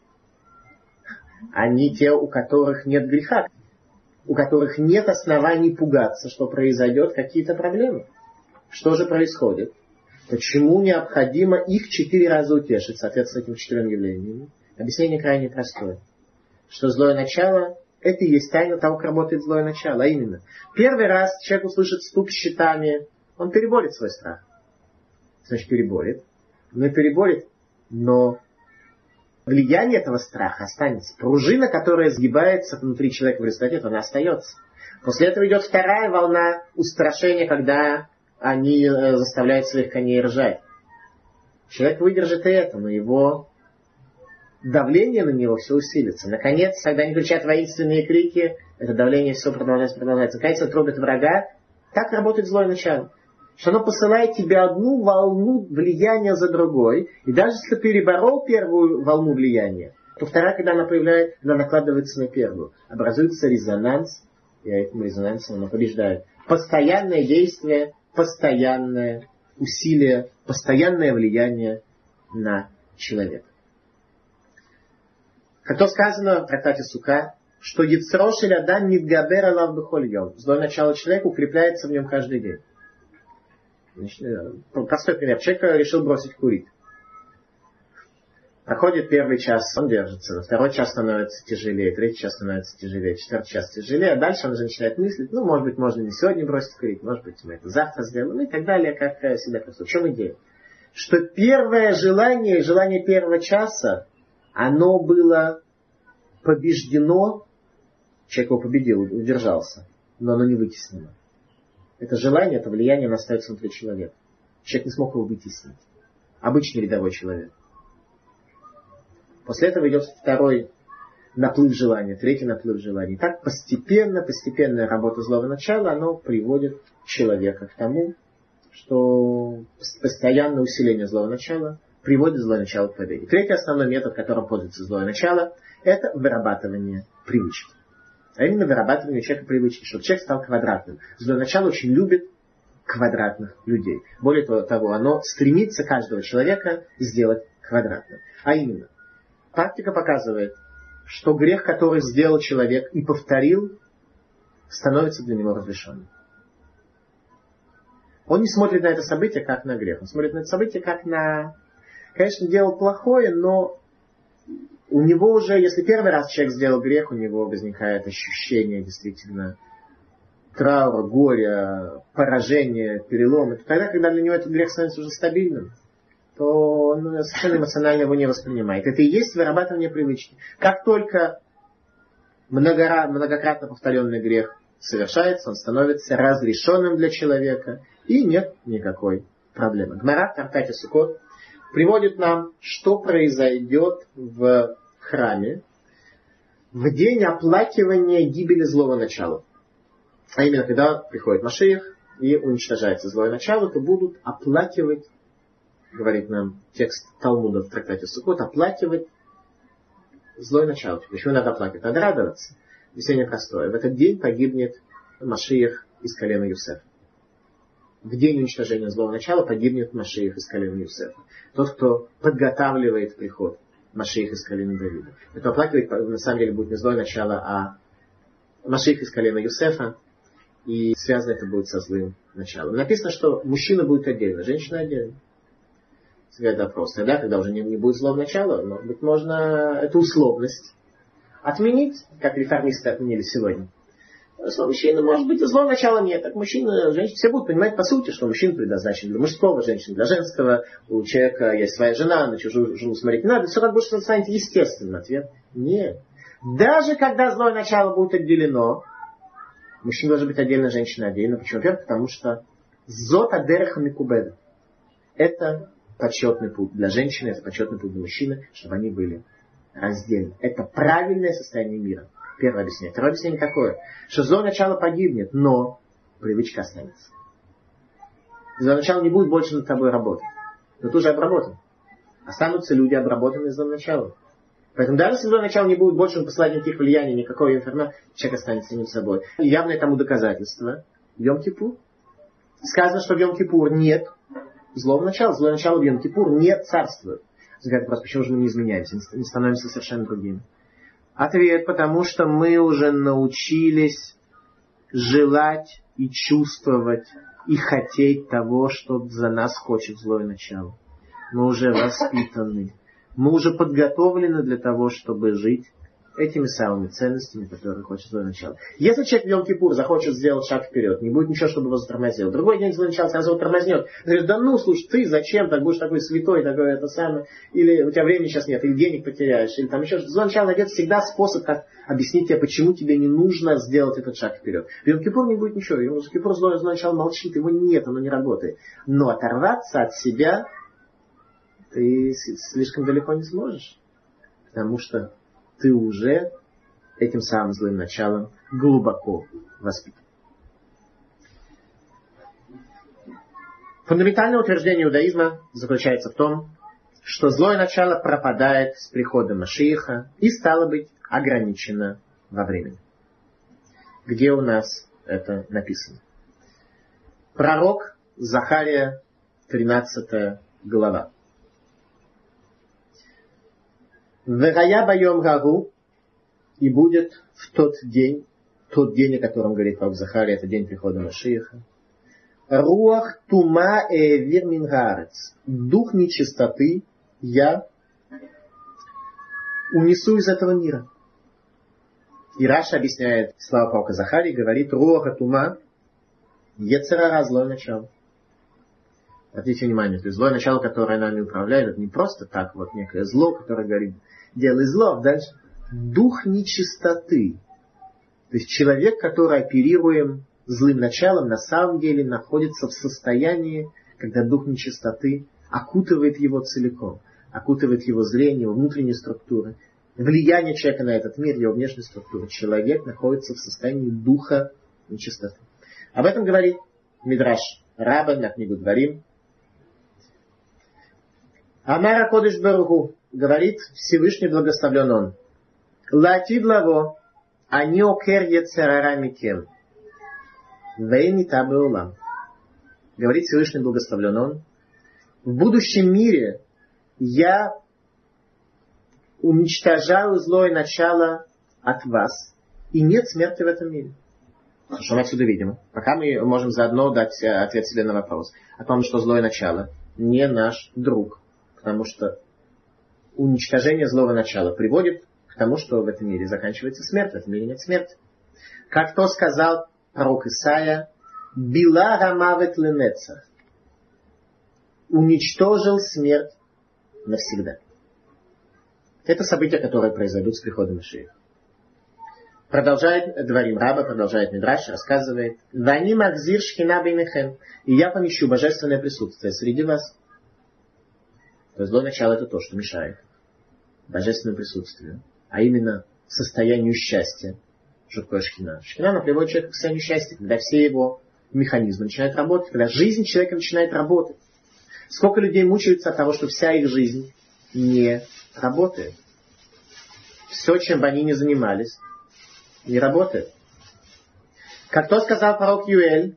A: Они те, у которых нет греха, у которых нет оснований пугаться, что произойдет какие-то проблемы. Что же происходит? Почему необходимо их четыре раза утешить, соответственно, этим четырем явлениями? Объяснение крайне простое. Что злое начало – это и есть тайна того, как работает злое начало. А именно, первый раз человек услышит стук щитами, он переборет свой страх. Значит, переборет. Но переборет, но влияние этого страха останется. Пружина, которая сгибается внутри человека в результате этого, она остается. После этого идет вторая волна устрашения, когда они заставляют своих коней ржать. Человек выдержит и это, но его давление на него все усилится. Наконец, когда они кричат воинственные крики, это давление все продолжается, продолжается. Наконец, отрубят врага. Так работает злое начало. Что оно посылает тебе одну волну влияния за другой. И даже если ты переборол первую волну влияния, то вторая, когда она появляется, она накладывается на первую. Образуется резонанс, и этим резонансом она побеждает. Постоянное действие, постоянное усилие, постоянное влияние на человека. Как то сказано в трактате Сука, что Ецро шель адам митгабер алав бехоль йом. Злое начало человека укрепляется в нем каждый день. Значит, простой пример. Человек решил бросить курить. Проходит первый час, он держится. Второй час становится тяжелее, третий час становится тяжелее, четвертый час тяжелее. А дальше он уже начинает мыслить, ну, может быть, можно не сегодня бросить курить, может быть, мы это завтра сделаем, ну и так далее, как себя чувствует. В чем идея? Что первое желание, желание первого часа, оно было побеждено, человек его победил, удержался, но оно не вытеснено. Это желание, это влияние, оно остается внутри человека. Человек не смог его вытеснить. Обычный рядовой человек. После этого идет второй наплыв желания, третий наплыв желаний. И так постепенно, постепенная работа злого начала, оно приводит человека к тому, что постоянное усиление злого начала приводит злое начало к победе. Третий основной метод, которым пользуется злое начало, это вырабатывание привычки. А именно вырабатывание у человека привычки, чтобы человек стал квадратным. Злое начало очень любит квадратных людей. Более того, оно стремится каждого человека сделать квадратным. А именно, практика показывает, что грех, который сделал человек и повторил, становится для него разрешенным. Он не смотрит на это событие как на грех. Он смотрит на это событие как на... Конечно, делал плохое, но у него уже, если первый раз человек сделал грех, у него возникает ощущение действительно траура, горя, поражения, перелома. И тогда, когда для него этот грех становится уже стабильным, то он совершенно эмоционально его не воспринимает. Это и есть вырабатывание привычки. Как только многократно повторенный грех совершается, он становится разрешенным для человека, и нет никакой проблемы. Гмара в трактате Сукот приводит нам, что произойдет в храме в день оплакивания гибели злого начала. А именно, когда приходит Машиах и уничтожается злое начало, то будут оплакивать, говорит нам текст Талмуда в трактате Сукот, оплакивать злое начало. Почему надо оплакивать? Надо радоваться. Объяснение простое. В этот день погибнет Машиах из колена Юсефа. В день уничтожения злого начала погибнет Машиах из колена Юсефа. Тот, кто подготавливает приход Машиах из колена Давида. Это оплакивать, на самом деле, будет не злое начало, а Машиах из колена Юсефа. И связано это будет со злым началом. Написано, что мужчина будет отдельно, женщина отдельно. Свет вопрос. Тогда, когда уже не, не будет злого начала, может быть, можно эту условность отменить, как реформисты отменили сегодня. Что мужчина, может быть, и злого начала нет. Так мужчина, женщина, все будут понимать по сути, что мужчина предназначен для мужского, женщина для женского, у человека есть своя жена, на чужую жену смотреть не надо. Все как будто станет естественным. Ответ нет. Даже когда злое начало будет отделено, мужчина должен быть отдельно, женщина отдельно. Почему? Во-первых, потому что зот адереха микубеда. Это почетный путь для женщины, это почетный путь для мужчины, чтобы они были раздельны. Это правильное состояние мира. Первое объяснение. Второе объяснение какое? Что злое начало погибнет, но привычка останется. Злое начало не будет больше над тобой работать. Но ты уже обработан. Останутся люди, обработанные злым началом. Поэтому даже если злое начало не будет больше посылать никаких влияний, никакой информации, человек останется самим собой. И явное тому доказательство Йом-Кипур. Сказано, что в Йом-Кипур нет злого начала. Злое начало в Йом-Кипур не царствует. Говорят, просто почему же мы не изменяемся, не становимся совершенно другими? Ответ, потому что мы уже научились желать и чувствовать и хотеть того, что за нас хочет злое начало. Мы уже воспитаны. Мы уже подготовлены для того, чтобы жить этими самыми ценностями, которые хочет злое начало. Если человек в Йом-Кипур захочет сделать шаг вперед, не будет ничего, чтобы его затормозило. Другой день злое начало сразу его тормознет. Говорит, да ну, слушай, ты зачем так будешь такой святой, такой это самое, или у тебя времени сейчас нет, или денег потеряешь, или там еще что-то. Злое начало найдет всегда способ, как объяснить тебе, почему тебе не нужно сделать этот шаг вперед. В Йом-Кипур не будет ничего. В Йом-Кипур злое, злое начало молчит, его нет, оно не работает. Но оторваться от себя ты слишком далеко не сможешь. Потому что ты уже этим самым злым началом глубоко воспитан. Фундаментальное утверждение иудаизма заключается в том, что злое начало пропадает с приходом Машиаха и, стало быть, ограничено во времени. Где у нас это написано? Пророк Захария, тринадцатая глава. «Верая байом гагу», и будет в тот день, тот день, о котором говорит пророк Захария, это день прихода Машиаха, «Руах тума эвир мин гаарец», дух нечистоты я унесу из этого мира. И Раша объясняет слова пророка Захарии, говорит, «Руах тума ецерара», злое начало. Обратите внимание, то есть злое начало, которое нами управляет, это не просто так вот некое зло, которое говорит, делай зло, дальше дух нечистоты. То есть человек, который оперируем злым началом, на самом деле находится в состоянии, когда дух нечистоты окутывает его целиком, окутывает его зрение, его внутренние структуры. Влияние человека на этот мир, его внешнюю структуру. Человек находится в состоянии духа нечистоты. Об этом говорит Мидраш Раба на книгу Дворим. Амар Акодыш Баруху, говорит Всевышний, благословлен он. Латид лаво, ани окер ецерара микем. Вейни табе улам. Говорит Всевышний, благословлен он. В будущем мире я уничтожаю злое начало от вас, и нет смерти в этом мире. Что мы отсюда видим? Пока мы можем заодно дать ответ себе на вопрос о том, что злое начало не наш друг. Потому что уничтожение злого начала приводит к тому, что в этом мире заканчивается смерть, в этом мире нет смерти. Как то сказал пророк Исаия, «Била рамавет ленецах», уничтожил смерть навсегда. Это события, которые произойдут с приходом Машиаха. Продолжает Дворим Раба, продолжает Мидраш, рассказывает, «Вани махзир шхина бейнехем», и я помещу божественное присутствие среди вас. То есть злое начало это то, что мешает божественному присутствию, а именно состоянию счастья. Что такое шхина? Шхина она приводит человека к состоянию счастья, когда все его механизмы начинают работать, когда жизнь человека начинает работать. Сколько людей мучаются от того, что вся их жизнь не работает. Все, чем бы они ни занимались, не работает. Как то сказал пророк Юэль,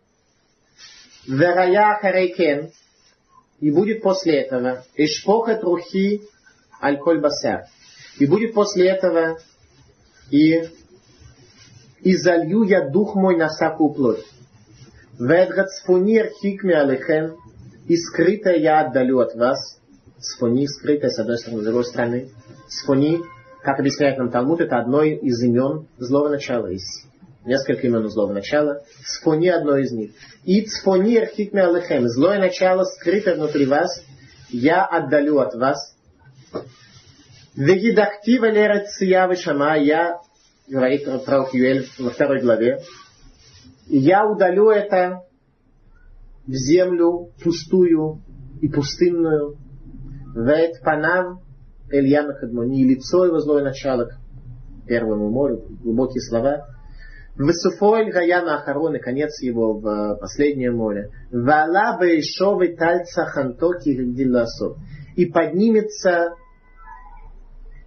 A: «Верая харейкен», и будет после этого «Эшпохет рухи аль-коль басар». И будет после этого и «И залью я дух мой на всякую плоть». «Ведгат сфунир хикми алехем». И скрытое я отдалю от вас. Сфуни, скрытое с одной стороны, с другой стороны. Сфуни, как объясняет нам Талмуд, это одно из имен злого начала. Из несколько имен злого начала. Сфуни одно из них. И цфони архикме алехем. Злое начало, скрытое внутри вас, я отдалю от вас. Вегидахтива лерец явы шама. Я, говорит пророк Юэль во второй главе, я удалю это в землю пустую и пустынную. Вет панав Эльяна Кадмони, лицо его злое начало к первому морю, глубокие слова. Высуфоэль Гаяна Ахарон, и конец его в последнее море. Вала бейшовы тальца хантоки гдиласов. И поднимется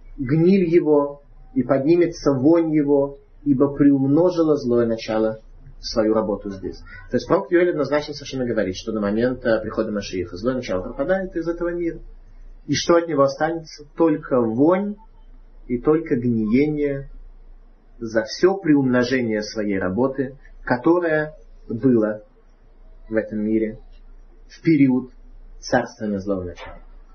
A: гниль его, и поднимется вонь его, ибо приумножило злое начало свою работу здесь. То есть пророк Йоэль однозначно совершенно говорит, что до момента прихода Машиаха злое начало пропадает из этого мира. И что от него останется? Только вонь и только гниение за все приумножение своей работы, которое было в этом мире в период царствования злого начала.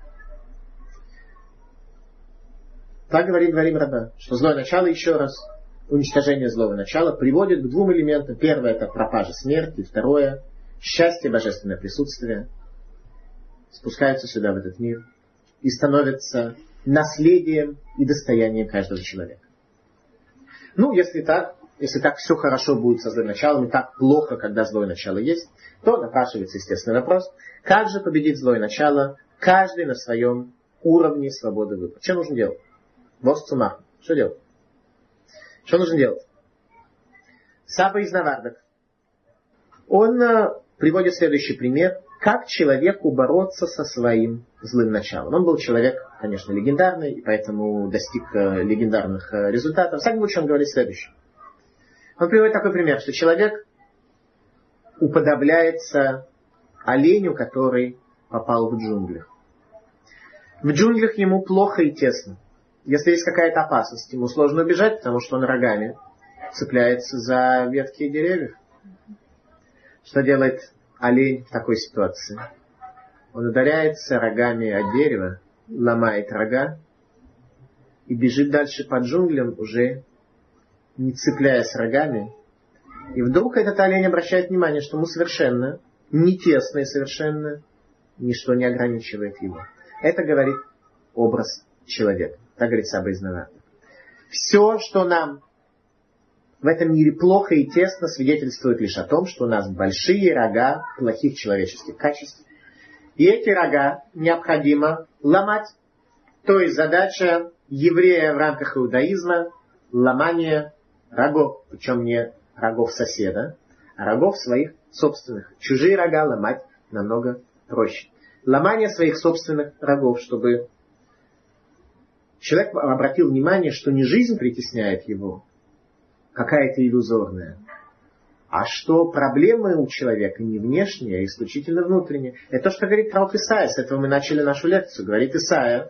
A: Так говорит Дворим Раба, что злое начало, еще раз, уничтожение злого начала приводит к двум элементам. Первое — это пропажа смерти. Второе — счастье, божественное присутствие. Спускаются сюда, в этот мир, и становятся наследием и достоянием каждого человека. Ну, если так, если так все хорошо будет со злым началом, и так плохо, когда злое начало есть, то напрашивается естественный вопрос: как же победить злое начало, каждый на своем уровне свободы выбора? Что нужно делать? Вост цумах. Что делать? Что нужно делать? Саба из Навардок. Он э, приводит следующий пример, как человеку бороться со своим злым началом. Он был человек, конечно, легендарный, и поэтому достиг э, легендарных э, результатов. В всяком случае, он говорит следующее. Он приводит такой пример, что человек уподобляется оленю, который попал в джунглях. В джунглях ему плохо и тесно. Если есть какая-то опасность, ему сложно убежать, потому что он рогами цепляется за ветки деревьев. Что делает олень в такой ситуации? Он ударяется рогами о дерево, ломает рога и бежит дальше по джунглям, уже не цепляясь рогами. И вдруг этот олень обращает внимание, что ему совершенно не тесно и совершенно ничто не ограничивает его. Это говорит образ человека. Так говорит Саба из Навардок. Все, что нам в этом мире плохо и тесно, свидетельствует лишь о том, что у нас большие рога плохих человеческих качеств. И эти рога необходимо ломать. То есть задача еврея в рамках иудаизма — ломание рогов. Причем не рогов соседа, а рогов своих собственных. Чужие рога ломать намного проще. Ломание своих собственных рогов, чтобы человек обратил внимание, что не жизнь притесняет его, какая-то иллюзорная, а что проблемы у человека не внешние, а исключительно внутренние. Это то, что говорит пророк Исаия. С этого мы начали нашу лекцию. Говорит Исаия: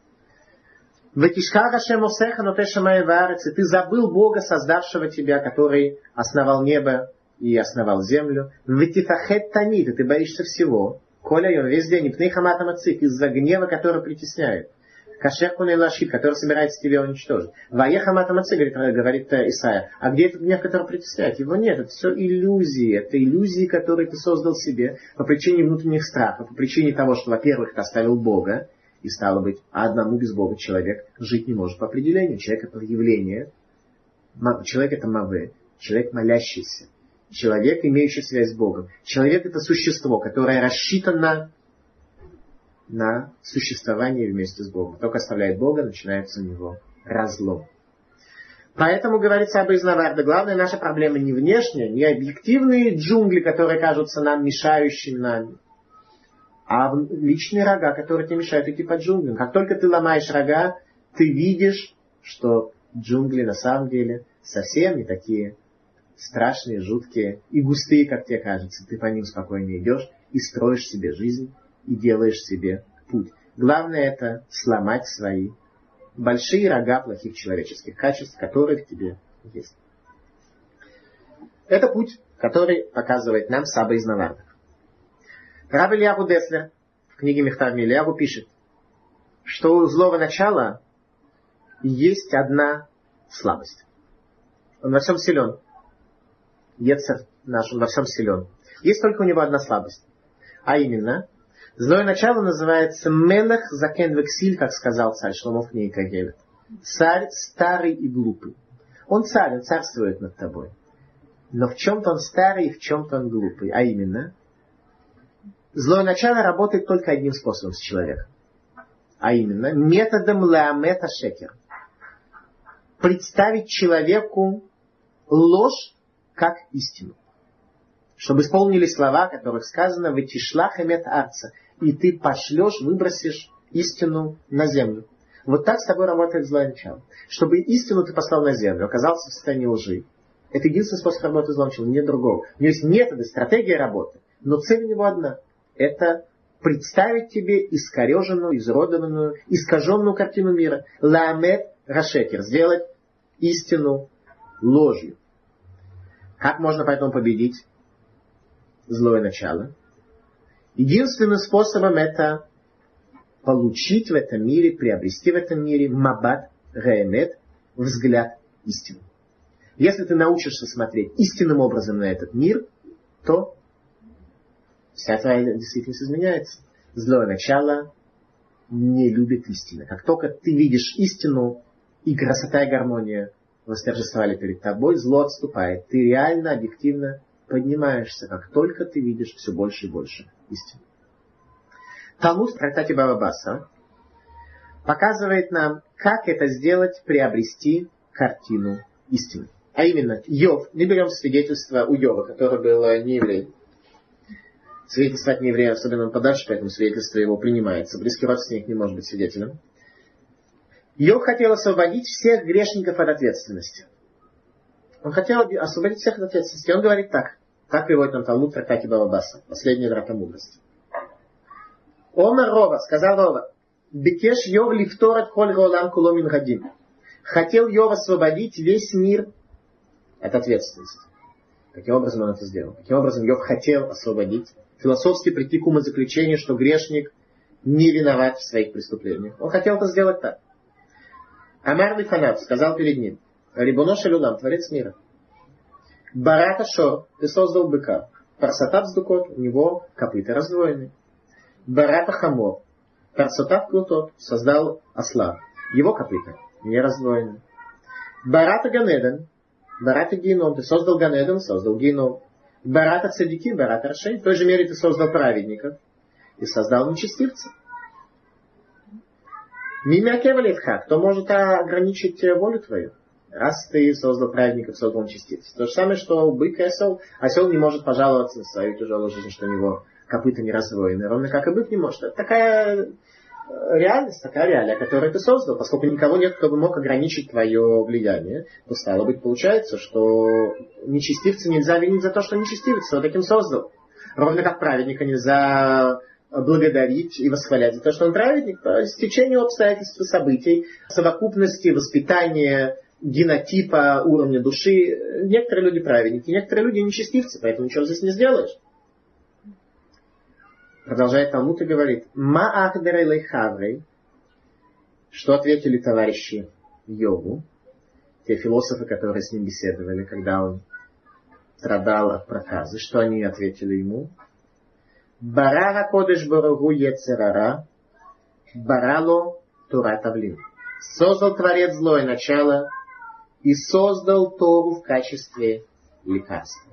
A: «Ватишках Ашем осеха ноте шамай ваарец», и ты забыл Бога, создавшего тебя, который основал небо и основал землю. «Ватифахет танит», и ты боишься всего. «Коля йон», весь день, и пней хаматам ацик», из-за гнева, который притесняет. «Кашер куней лашит», который собирается тебя уничтожить. «Ваеха матам ацик», говорит, говорит Исаия. А где этот гнев, который притесняет? Его нет, это все иллюзии. Это иллюзии, которые ты создал себе по причине внутренних страхов, по причине того, что, во-первых, ты оставил Бога, и стало быть, а одному без Бога человек жить не может по определению. Человек — это явление. Человек — это маве. Человек молящийся. Человек, имеющий связь с Богом. Человек — это существо, которое рассчитано на существование вместе с Богом. Только оставляет Бога, начинается у него разлом. Поэтому, говорит Саба из Навардок, главная наша проблема не внешняя, не объективные джунгли, которые кажутся нам мешающими нам, а личные рога, которые тебе мешают идти по джунглям. Как только ты ломаешь рога, ты видишь, что джунгли на самом деле совсем не такие страшные, жуткие и густые, как тебе кажется. Ты по ним спокойно идешь и строишь себе жизнь, и делаешь себе путь. Главное — это сломать свои большие рога плохих человеческих качеств, которые в тебе есть. Это путь, который показывает нам Саба из Навардок. Рав Ильягу Деслер в книге Мехтав Мильягу пишет, что у злого начала есть одна слабость. Он во всем силен. Ецер наш, он во всем силен. Есть только у него одна слабость. А именно, злое начало называется Мелех Закен Вексиль, как сказал царь Шломо в книге Кагелет. Царь старый и глупый. Он царь, он царствует над тобой. Но в чем-то он старый и в чем-то он глупый. А именно, злое начало работает только одним способом с человеком. А именно, методом лаамета шекер. Представить человеку ложь как истину. Чтобы исполнились слова, о которых сказано «Ватишлах эмет арца», и ты пошлешь, выбросишь истину на землю. Вот так с тобой работает злое начало. Чтобы истину ты послал на землю, оказался в состоянии лжи. Это единственный способ работы с злом начала, нет другого. У него есть методы, стратегия работы, но цель у него одна. Это представить тебе искореженную, изуродованную, искаженную картину мира. Ламет рашекер. Сделать истину ложью. Как можно поэтому победить злое начало? Единственным способом это получить в этом мире, приобрести в этом мире мабат реэмет, взгляд истины. Если ты научишься смотреть истинным образом на этот мир, то вся твоя действительность изменяется. Злое начало не любит истины. Как только ты видишь истину, и красота и гармония восторжествовали перед тобой, зло отступает. Ты реально, объективно поднимаешься, как только ты видишь все больше и больше истины. Талмуд в трактате Бава Басра показывает нам, как это сделать, приобрести картину истины. А именно, Йов, мы берем свидетельство у Йова, который был не еврей. Свидетельство от нееврея, особенно он подальше, поэтому свидетельство его принимается. Близкий родственник не может быть свидетелем. Йов хотел освободить всех грешников от ответственности. Он хотел освободить всех от ответственности. Он говорит так. Так приводит нам Талмуд в трактате Бава Басра. Последняя врата мудрости. Омар Рова, сказал Рова, Бекеш Йов лифторат коль роолам куло мин гадим. Хотел Йов освободить весь мир от ответственности. Каким образом он это сделал? Каким образом Йов хотел освободить? Философски прийти к умозаключению, что грешник не виноват в своих преступлениях. Он хотел это сделать так. Амар Лифанав сказал перед ним, Рибоно шель улам, творец мира. Барата шор, ты создал быка. Парсатат сдукот, у него копыта раздвоены. Барата хамор, парсатат клутот, создал осла. Его копыта не раздвоены. Барата ганеден, барата геном, ты создал ганеден, создал геном. Барата цадики, барата рашей. В той же мере ты создал праведников и создал нечестивцев. Мимя кевалевха, кто может ограничить волю твою? Раз ты создал праведников, создал нечестивцев. То же самое, что бык и осел. Осел не может пожаловаться на свою тяжелую жизнь, что у него копыта не раздвоены. Ровно как и бык не может. Это такая реальность, такая реалия, которую ты создал. Поскольку никого нет, кто бы мог ограничить твое влияние, то стало быть, получается, что нечестивца нельзя винить за то, что нечестивец. Вот таким создал. Ровно как праведника нельзя благодарить и восхвалять за то, что он праведник. То есть течение обстоятельств и событий, совокупности, воспитания, генотипа, уровня души. Некоторые люди праведники, некоторые люди нечестивцы, поэтому ничего здесь не сделаешь. Продолжает Талмуд и говорит, «Ма ахдерей лейхаврей», что ответили товарищи Йову, те философы, которые с ним беседовали, когда он страдал от проказы, что они ответили ему? «Барара кодеш барагу ецерара, барало тура тавлин». Создал Творец злое начало и создал Тору в качестве лекарства.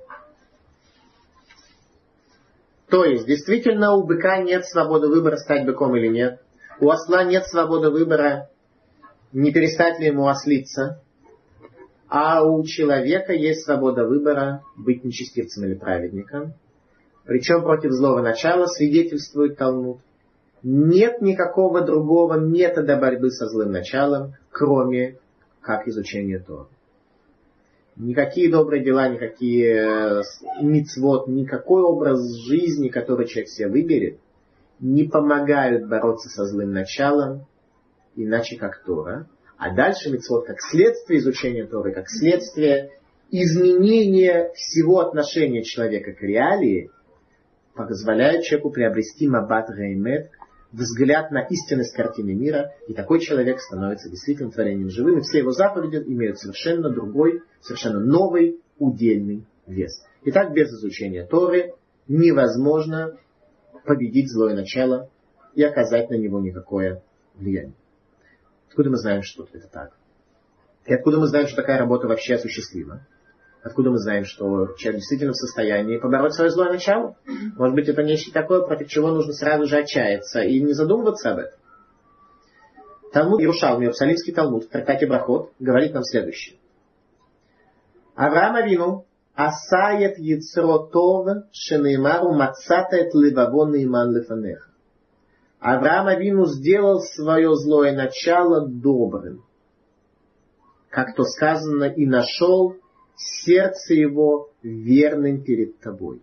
A: То есть, действительно, у быка нет свободы выбора, стать быком или нет. У осла нет свободы выбора, не перестать ли ему ослиться. А у человека есть свобода выбора, быть нечестивцем или праведником. Причем против злого начала, свидетельствует Талмуд, нет никакого другого метода борьбы со злым началом, кроме как изучения Торы. Никакие добрые дела, никакие мицвот, никакой образ жизни, который человек себе выберет, не помогают бороться со злым началом, иначе как Тора. А дальше мицвот как следствие изучения Торы, как следствие изменения всего отношения человека к реалии, позволяет человеку приобрести мабат реймет, взгляд на истинность картины мира, и такой человек становится действительно творением живым, и все его заповеди имеют совершенно другой, совершенно новый, удельный вес. Итак, без изучения Торы невозможно победить злое начало и оказать на него никакое влияние. Откуда мы знаем, что это так? И откуда мы знаем, что такая работа вообще осуществима? Откуда мы знаем, что человек действительно в состоянии побороть свое злое начало? Может быть, это нечто такое, против чего нужно сразу же отчаяться и не задумываться об этом. Талмуд Иерушалми, Иерусалимский Талмуд в трактате Брахот говорит нам следующее. Авраам Авину асает яцротов шенеймару мацатает левавон иман лефанеха. Авраам Авину сделал свое злое начало добрым. Как то сказано, и нашел сердце его верным перед тобой.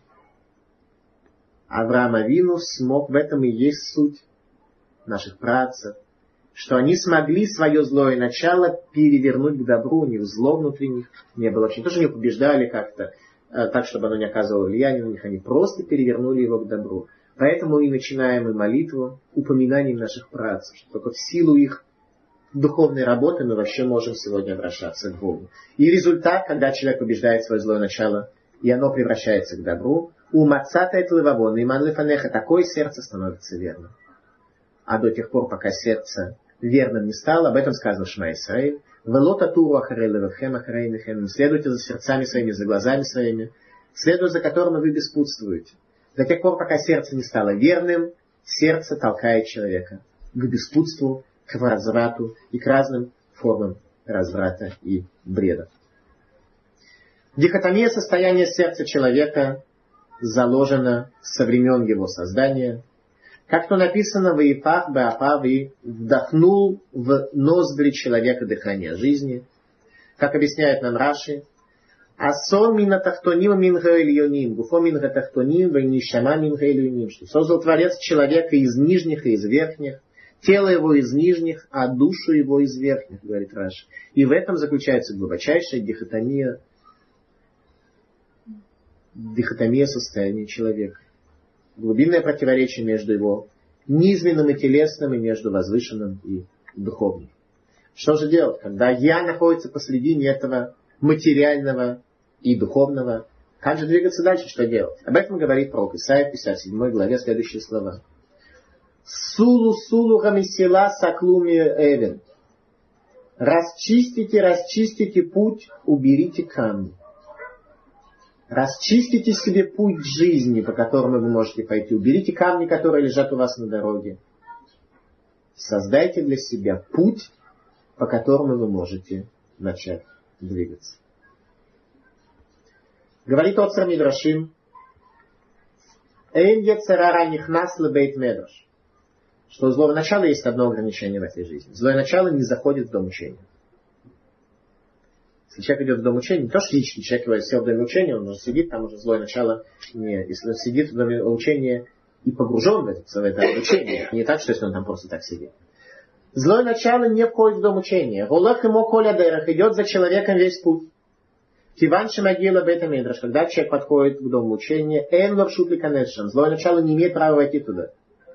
A: Авраам Авину смог, в этом и есть суть наших працев, что они смогли свое злое начало перевернуть к добру, у них зло внутри них не было. Вообще тоже не побеждали как-то, так, чтобы оно не оказывало влияния на них, они просто перевернули его к добру. Поэтому и начинаем и молитву упоминанием наших працев, что только в силу их духовной работы мы вообще можем сегодня обращаться к Богу. И результат, когда человек побеждает свое злое начало, и оно превращается к добру, у мацата это левавон, и ман лефанеха, такое сердце становится верным. А до тех пор, пока сердце верным не стало, об этом сказано в Шма Исраэль, велота туру ахарей левавхем ахарей михем, следуйте за сердцами своими, за глазами своими, следуя за которыми вы беспутствуете. До тех пор, пока сердце не стало верным, сердце толкает человека к беспутству, к разврату и к разным формам разврата и бреда. Дихотомия состояния сердца человека заложена со времен его создания. Как то написано в Ифах Беапав, и вдохнул в ноздри человека дыхание жизни. Как объясняет нам Раши, Асон мина тахтоним минга ильоним, гуфо минга тахтоним, вейнишама минга ильоним, что создал Творец человека из нижних и из верхних, тело его из нижних, а душу его из верхних, говорит Раши. И в этом заключается глубочайшая дихотомия, дихотомия состояния человека. Глубинное противоречие между его низменным и телесным, и между возвышенным и духовным. Что же делать, когда я находится посредине этого материального и духовного? Как же двигаться дальше, что делать? Об этом говорит пророк Исайя в пятьдесят седьмой главе следующие слова. Сулу сулу гамисила саклуми эвен. Расчистите, расчистите путь, уберите камни. Расчистите себе путь жизни, по которому вы можете пойти. Уберите камни, которые лежат у вас на дороге. Создайте для себя путь, по которому вы можете начать двигаться. Говорит Оцар Мидрашим, Эйн ецерара нихнас лебейт медраш, что у злого начала есть одно ограничение в этой жизни. Злое начало не заходит в дом учения. Если человек идет в дом учения, не то что личный человек сел в доме учения, он уже сидит, там уже злое начало не. Если он сидит в доме учения и погружен в это, в это учение, не так, что если он там просто так сидит. Злое начало не входит в дом учения. Голах ему коля дерах, идет за человеком весь путь. Киванши могила бета медраш, когда человек подходит к дому учения, эн лавшут ли канешем, злое начало не имеет права войти туда.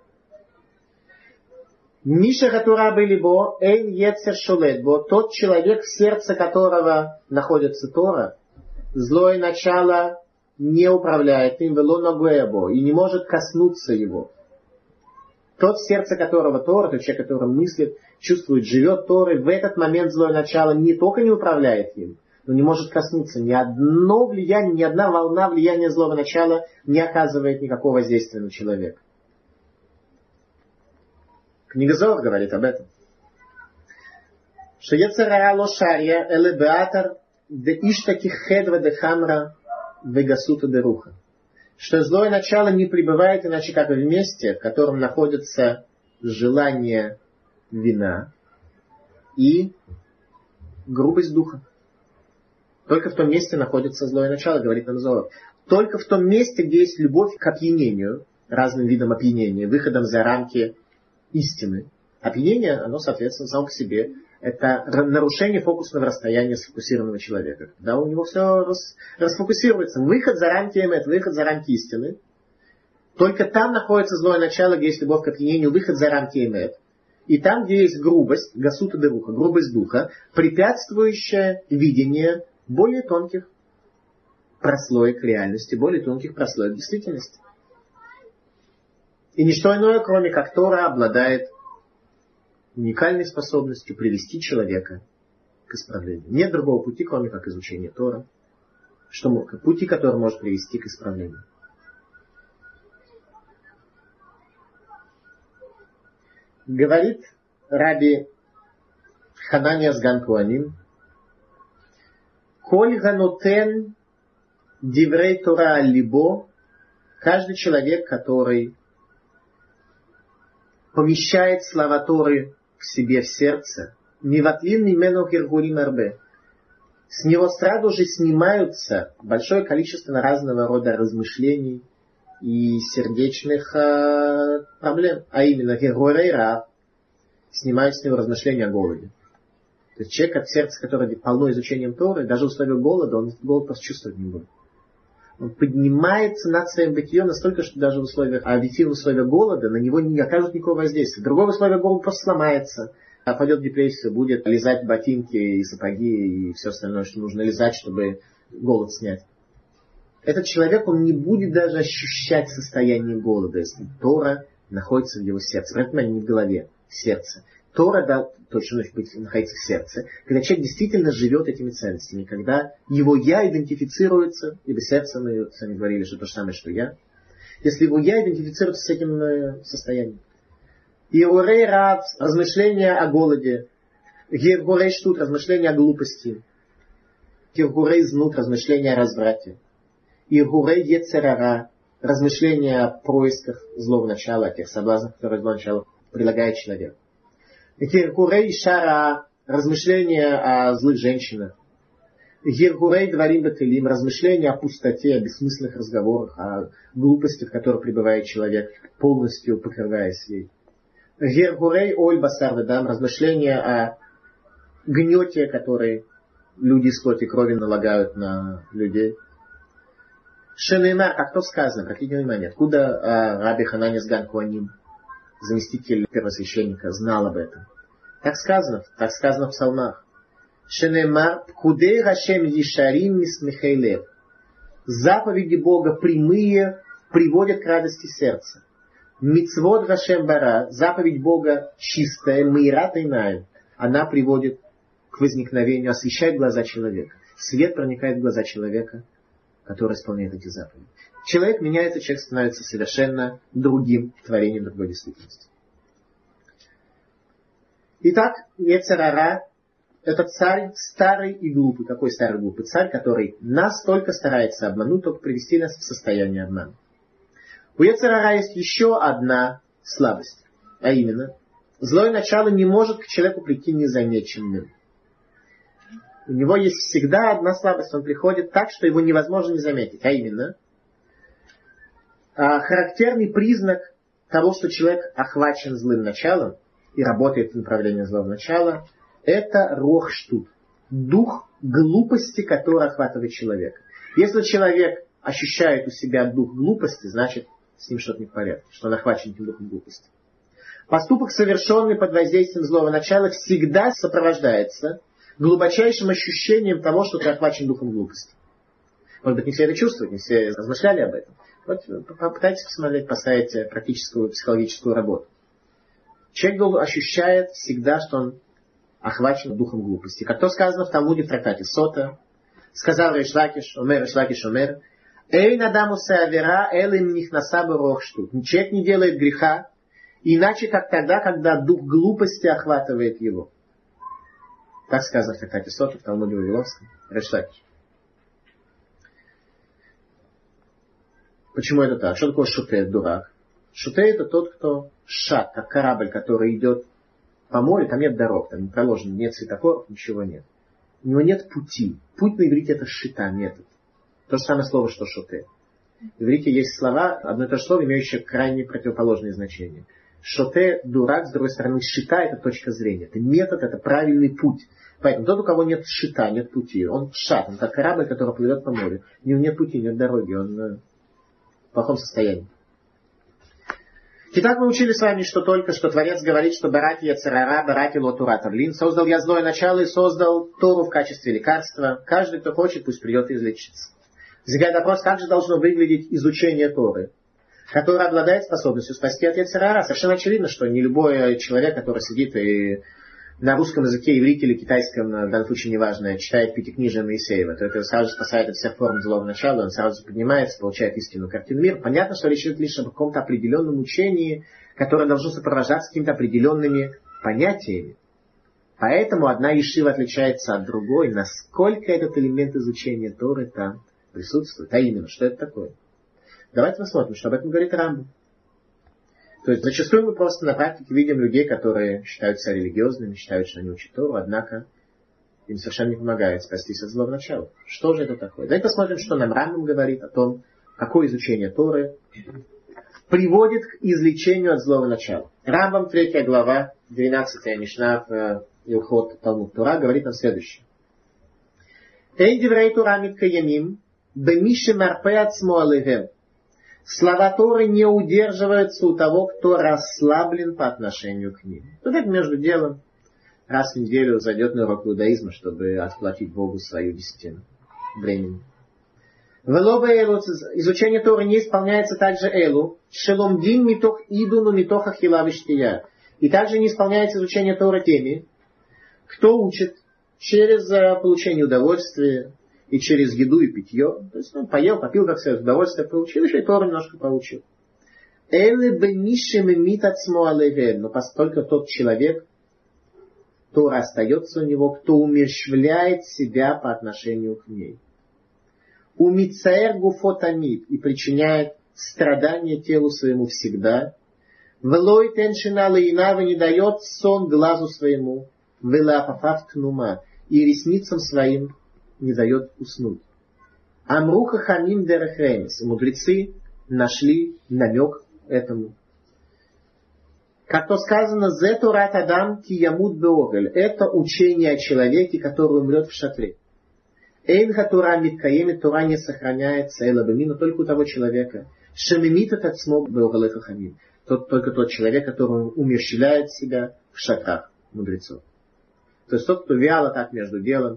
A: Миша Гатура Белибо, Эн Ецер Шолетбо, тот человек, в сердце которого находится Тора, злое начало не управляет им, вело ногуэбо, и не может коснуться его. Тот, в сердце которого Тора, тот человек, который мыслит, чувствует, живет Торой, в этот момент злое начало не только не управляет им, но не может коснуться. Ни одно влияние, ни одна волна влияния злого начала не оказывает никакого воздействия на человека. Книга Зоар говорит об этом. Что Ецерара лошария эле беатар де иштаки хедва де хамра вегасута де руха. Что злое начало не пребывает иначе как в месте, в котором находится желание вина и грубость духа. Только в том месте находится злое начало, говорит нам Зоар. Только в том месте, где есть любовь к опьянению, разным видам опьянения, выходом за рамки истины. Опьянение, оно, соответственно, само по себе, это нарушение фокусного расстояния сфокусированного человека. Когда у него все рас, расфокусируется. Выход за рамки эмет, выход за рамки истины. Только там находится злое начало, где есть любовь к опьянению, выход за рамки эмет. И там, где есть грубость, гасута де руха, грубость духа, препятствующая видение более тонких прослоек реальности, более тонких прослоек действительности. И ничто иное, кроме как Тора, обладает уникальной способностью привести человека к исправлению. Нет другого пути, кроме как изучение Тора, что, пути, который может привести к исправлению. Говорит Раби Ханания Сган Куаним, «Коль ганотен диврей Тора аль-либо», каждый человек, который помещает слова Торы к себе в сердце, миватлин мимену хиргурим арбе, с него сразу же снимаются большое количество разного рода размышлений и сердечных э, проблем. А именно, геройра снимают с него размышления о голоде. То есть человек от сердца, который полно изучением Торы, даже в условиях голода, он голод просто чувствовать не будет. Он поднимается над своим бытием настолько, что даже в условиях, а объективных условиях голода на него не окажут никакого воздействия. Другого условия голода просто сломается, а пойдет в депрессию, будет лизать ботинки и сапоги и все остальное, что нужно лизать, чтобы голод снять. Этот человек, он не будет даже ощущать состояние голода, если Тора находится в его сердце. Поэтому не в голове, в сердце. Тора, да, точно быть, находится в сердце, когда человек действительно живет этими ценностями, когда его «я» идентифицируется, ибо сердце, мы сами говорили, что то же самое, что «я», если его «я» идентифицируется с этим состоянием. Ирурей рад, размышления о голоде, гергурей штут, размышления о глупости, гергурей знут, размышления о разврате, иргурей ецерара, размышления о поисках злого начала, о тех соблазнах, которые злое начало предлагает человек. Гергурей шара, размышления о злых женщинах. Гергурей дворим бателим, размышления о пустоте, о бессмысленных разговорах, о глупости, в которой пребывает человек, полностью покрываясь ей. Гергурей оль басар ведам, размышления о гнете, который люди из плоти и крови налагают на людей. Шенеймар, как то сказано, обратите внимание, откуда а, Раби Ханани сган Коаним, заместитель первосвященника, знал об этом. Так сказано, так сказано в псалмах. Шенемар пкудей Хашем ешарим мисмехейлев. Заповеди Бога прямые приводят к радости сердца. Мицвот Хашем бара, заповедь Бога чистая, мейрат инайм. Она приводит к возникновению, освещает глаза человека. Свет проникает в глаза человека, который исполняет эти заповеди. Человек меняется, человек становится совершенно другим творением другой действительности. Итак, Ецер-ара – это царь старый и глупый. Какой старый и глупый? Царь, который настолько старается обмануть, только привести нас в состояние обмана. У Ецер-ара есть еще одна слабость. А именно, злое начало не может к человеку прийти незамеченным. У него есть всегда одна слабость. Он приходит так, что его невозможно не заметить. А именно, характерный признак того, что человек охвачен злым началом и работает в направлении злого начала, это рох штут, дух глупости, который охватывает человека. Если человек ощущает у себя дух глупости, значит, с ним что-то не в порядке, что он охвачен этим духом глупости. Поступок, совершенный под воздействием злого начала, всегда сопровождается глубочайшим ощущением того, что ты охвачен духом глупости. Может быть, не все это чувствуют, не все размышляли об этом. Вот попытайтесь посмотреть по сайте практическую психологическую работу. Человек ощущает всегда, что он охвачен духом глупости. Как то сказано в Талмуде в трактате Сота, сказал Рейш Лакиш, Омер, Рейш Лакиш, Омер, «Эй надаму сеавера, элим нихнаса б'рох штут». Человек не делает греха, иначе как тогда, когда дух глупости охватывает его. Так сказано в трактате Сота, в Талмуде Вавилонском, Рейш Лакиш. Почему это так? Что такое шуте, дурак? Шуте это тот, кто шат, как корабль, который идет по морю, там нет дорог, там не проложено, нет светофоров, ничего нет. У него нет пути. Путь на иврите это шита, метод. То же самое слово, что шуте. В иврите есть слова, одно и то же слово, имеющее крайне противоположные значения. Шоте, дурак, с другой стороны, шита это точка зрения. Это метод, это правильный путь. Поэтому тот, у кого нет шита, нет пути, он шат, он как корабль, который плывет по морю. У него нет пути, нет дороги, он в плохом состоянии. Итак, мы учили с вами, что только что Творец говорит, что барати яцерара, барати лотура тавлин. Создал я злое начало и создал Тору в качестве лекарства. Каждый, кто хочет, пусть придет и излечится. Возникает вопрос, как же должно выглядеть изучение Торы, которое обладает способностью спасти от яцерара. Совершенно очевидно, что не любой человек, который сидит и на русском языке, иврите или китайском, в данном случае неважно, читает Пятикнижие Моисеева, то это сразу же спасает от всех форм злого начала, он сразу же поднимается, получает истинную картину мира. Понятно, что речь идет лишь об каком-то определенном учении, которое должно сопровождаться какими-то определенными понятиями. Поэтому одна ешива отличается от другой, насколько этот элемент изучения Торы там присутствует. А именно, что это такое? Давайте посмотрим, что об этом говорит Рамбам. То есть зачастую мы просто на практике видим людей, которые считают себя религиозными, считают, что они учат Тору, однако им совершенно не помогает спастись от злого начала. Что же это такое? Давайте посмотрим, что нам Рамбам говорит о том, какое изучение Торы приводит к излечению от злого начала. Рамбам, третья глава, двенадцатая мишна в Илхот Талмуд Тора, говорит нам следующее. Эй диврей Тора миткаямим, бемиши марпе ацмо алейхем. Слова Торы не удерживаются у того, кто расслаблен по отношению к ним. Вот это между делом раз в неделю зайдет на урок иудаизма, чтобы отплатить Богу свою десятину времени. В Элу изучение Торы не исполняется также Элу, шеломдин митох идуну митоха хилавиштия. И также не исполняется изучение Торы теми, кто учит через получение удовольствия, и через еду и питье. То есть он поел, попил, как следует, удовольствие получил, еще и Тору немножко получил. Но поскольку тот человек, Тора остается у него, кто умерщвляет себя по отношению к ней. Умицаэр гуфотамид и причиняет страдания телу своему всегда. Влой теншина лаинава не дает сон глазу своему. Велапафав кнума и ресницам своим не дает уснуть. Амруха хамим дерехремис. Мудрецы нашли намек этому. Как то сказано, зе турат адам ки ямут беогель. Это учение о человеке, который умрет в шатре. Эйнха тура миткаемит, тура не сохраняется, элабамину, только у того человека. Шемимит этот смог беогелеха хамим. Тот, только тот человек, который умерщвляет себя в шатрах мудрецов. То есть тот, кто вяло так между делом,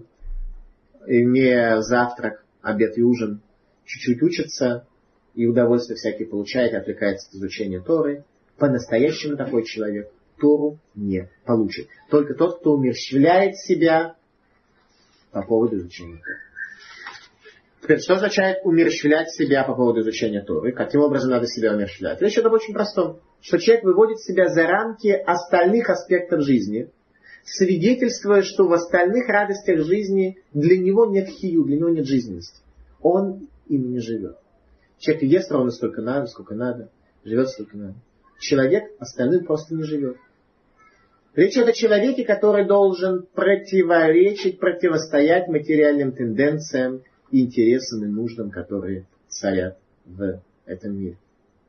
A: имея завтрак, обед и ужин, чуть-чуть учится и удовольствие всякие получает, отвлекается от изучения Торы, по-настоящему такой человек Тору не получит. Только тот, кто умерщвляет себя по поводу изучения Торы. Теперь, что означает умерщвлять себя по поводу изучения Торы? Каким образом надо себя умерщвлять? Речь идет об очень простом. Что человек выводит себя за рамки остальных аспектов жизни, свидетельствуя, что в остальных радостях жизни для него нет хию, для него нет жизненности. Он ими не живет. Человек ест ровно столько надо, сколько надо, живет столько надо. Человек остальным просто не живет. Речь идет о человеке, который должен противоречить, противостоять материальным тенденциям и интересам и нуждам, которые царят в этом мире.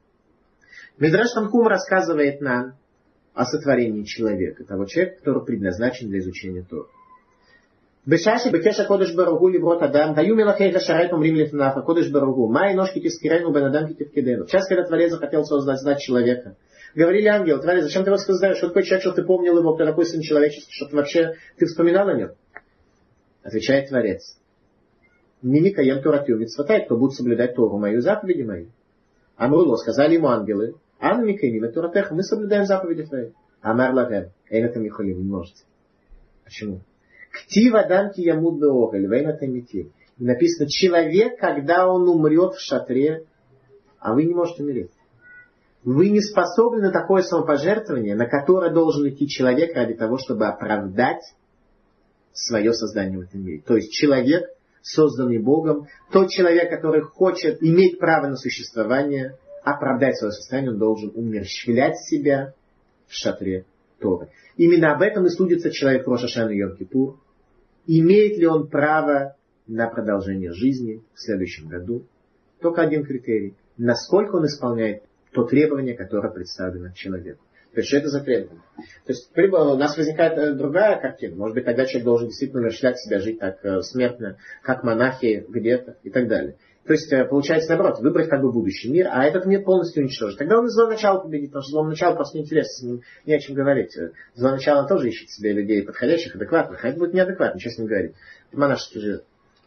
A: Мидраш Танхум рассказывает нам о сотворении человека, того человека, который предназначен для изучения Торы. Бешаши бекеша кодеш баругу леврот адам, даю мелахей хашарайт умрим лифнафа, кодеш баругу, май ножки тискирайну бенадам китевкидену. Сейчас, когда Творец захотел создать человека, говорили ангелы: Творец, зачем ты его создаешь? Что такое человек, что ты помнил его, кто такой сын человеческий, что ты вообще, ты вспоминал о нем? Отвечает Творец: Мимика ем туратю митцватай, кто будет соблюдать Тору мою, заповеди мои. Амруло, сказали ему ангелы: Ан микаимим туратеха, мы соблюдаем заповеди твои. Амар лагем, эйн это михоли, вы не можете. Почему? Ктив адам ки ямут беогель, вейн это мити. Написано: человек, когда он умрет в шатре, а вы не можете умереть. Вы не способны на такое самопожертвование, на которое должен идти человек ради того, чтобы оправдать свое создание в этом мире. То есть человек, созданный Богом, тот человек, который хочет иметь право на существование, оправдать свое состояние, он должен умерщвлять себя в шатре Торы. Именно об этом и судится человек в Рош ха-Шана и Йом-Кипур. Имеет ли он право на продолжение жизни в следующем году? Только один критерий. Насколько он исполняет то требование, которое представлено человеку. То есть, что это за требование? То есть, у нас возникает другая картина. Может быть, тогда человек должен действительно умерщвлять себя, жить так смертно, как монахи где-то и так далее. То есть, получается, наоборот, выбрать как бы будущий мир, а этот мир полностью уничтожить. Тогда он и злое начало победит, потому что злому началу просто неинтересно, с ним не о чем говорить. Злое начало тоже ищет себе людей подходящих, адекватных, а это будет неадекватно, что с ним говорить. Монашески живет.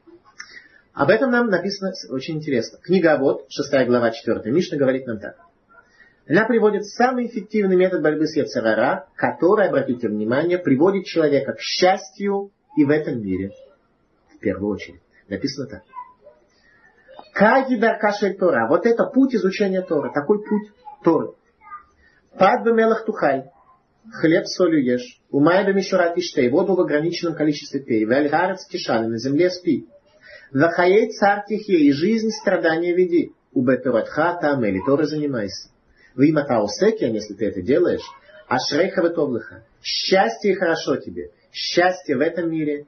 A: Об этом нам написано очень интересно. Книга Авот, шестая глава, четвёртая Мишна, говорит нам так. Она приводит самый эффективный метод борьбы с йецер ара, который, обратите внимание, приводит человека к счастью и в этом мире. В первую очередь. Написано так. Каги даркашель Тора. Вот это путь изучения Торы. Такой путь Торы. Пад бемелах тухаль. Хлеб с солью ешь. Умай бемишурат иштей. Воду в ограниченном количестве пей. Вальгарец тишан. На земле спи. Вахаей царь тихе. И жизнь страдания веди. Убетуратха тамели. Торы занимайся. Вимата усекиан, если ты это делаешь. Ашрейха ветовлыха. Счастье и хорошо тебе. Счастье в этом мире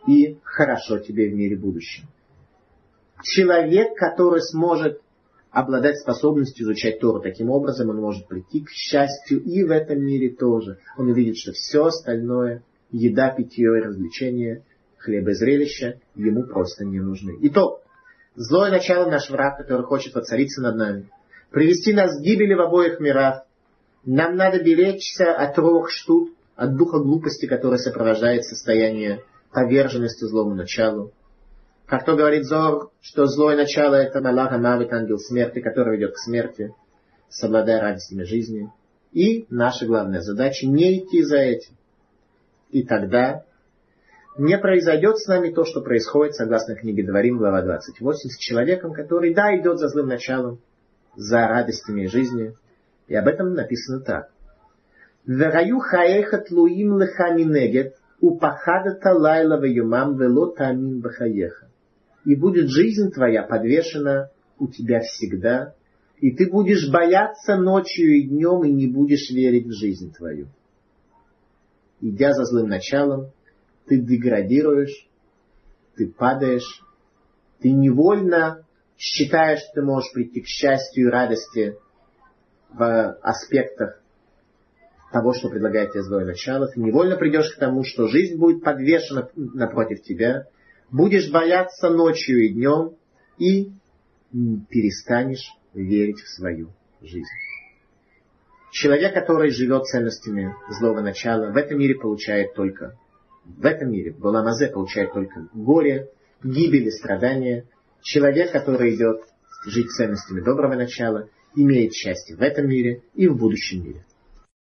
A: и хорошо тебе в мире будущем. Человек, который сможет обладать способностью изучать Тору таким образом, он может прийти к счастью и в этом мире тоже. Он увидит, что все остальное, еда, питье и развлечения, хлеб и зрелища, ему просто не нужны. Итог. Злое начало наш враг, который хочет воцариться над нами, привести нас к гибели в обоих мирах. Нам надо беречься от рох штут, от духа глупости, который сопровождает состояние поверженности злому началу. Как то говорит Зор, что злое начало — это Малах ха-Мавет, ангел смерти, который ведет к смерти, совладая радостями жизни. И наша главная задача — не идти за этим. И тогда не произойдет с нами то, что происходит, согласно книге Дворим, глава двадцать восемь, с человеком, который, да, идет за злым началом, за радостями жизни. И об этом написано так. «Вераю хаэха тлуим леха минегет, упахадата лайла ваюмам вело тамин бахаеха». И будет жизнь твоя подвешена у тебя всегда, и ты будешь бояться ночью и днем, и не будешь верить в жизнь твою. Идя за злым началом, ты деградируешь, ты падаешь, ты невольно считаешь, что ты можешь прийти к счастью и радости в аспектах того, что предлагает тебе злое начало. Ты невольно придешь к тому, что жизнь будет подвешена напротив тебя, будешь бояться ночью и днем и перестанешь верить в свою жизнь. Человек, который живет ценностями злого начала, в этом мире получает только, в этом мире, в Оламазе получает только горе, гибель и страдания. Человек, который идет жить ценностями доброго начала, имеет счастье в этом мире и в будущем мире.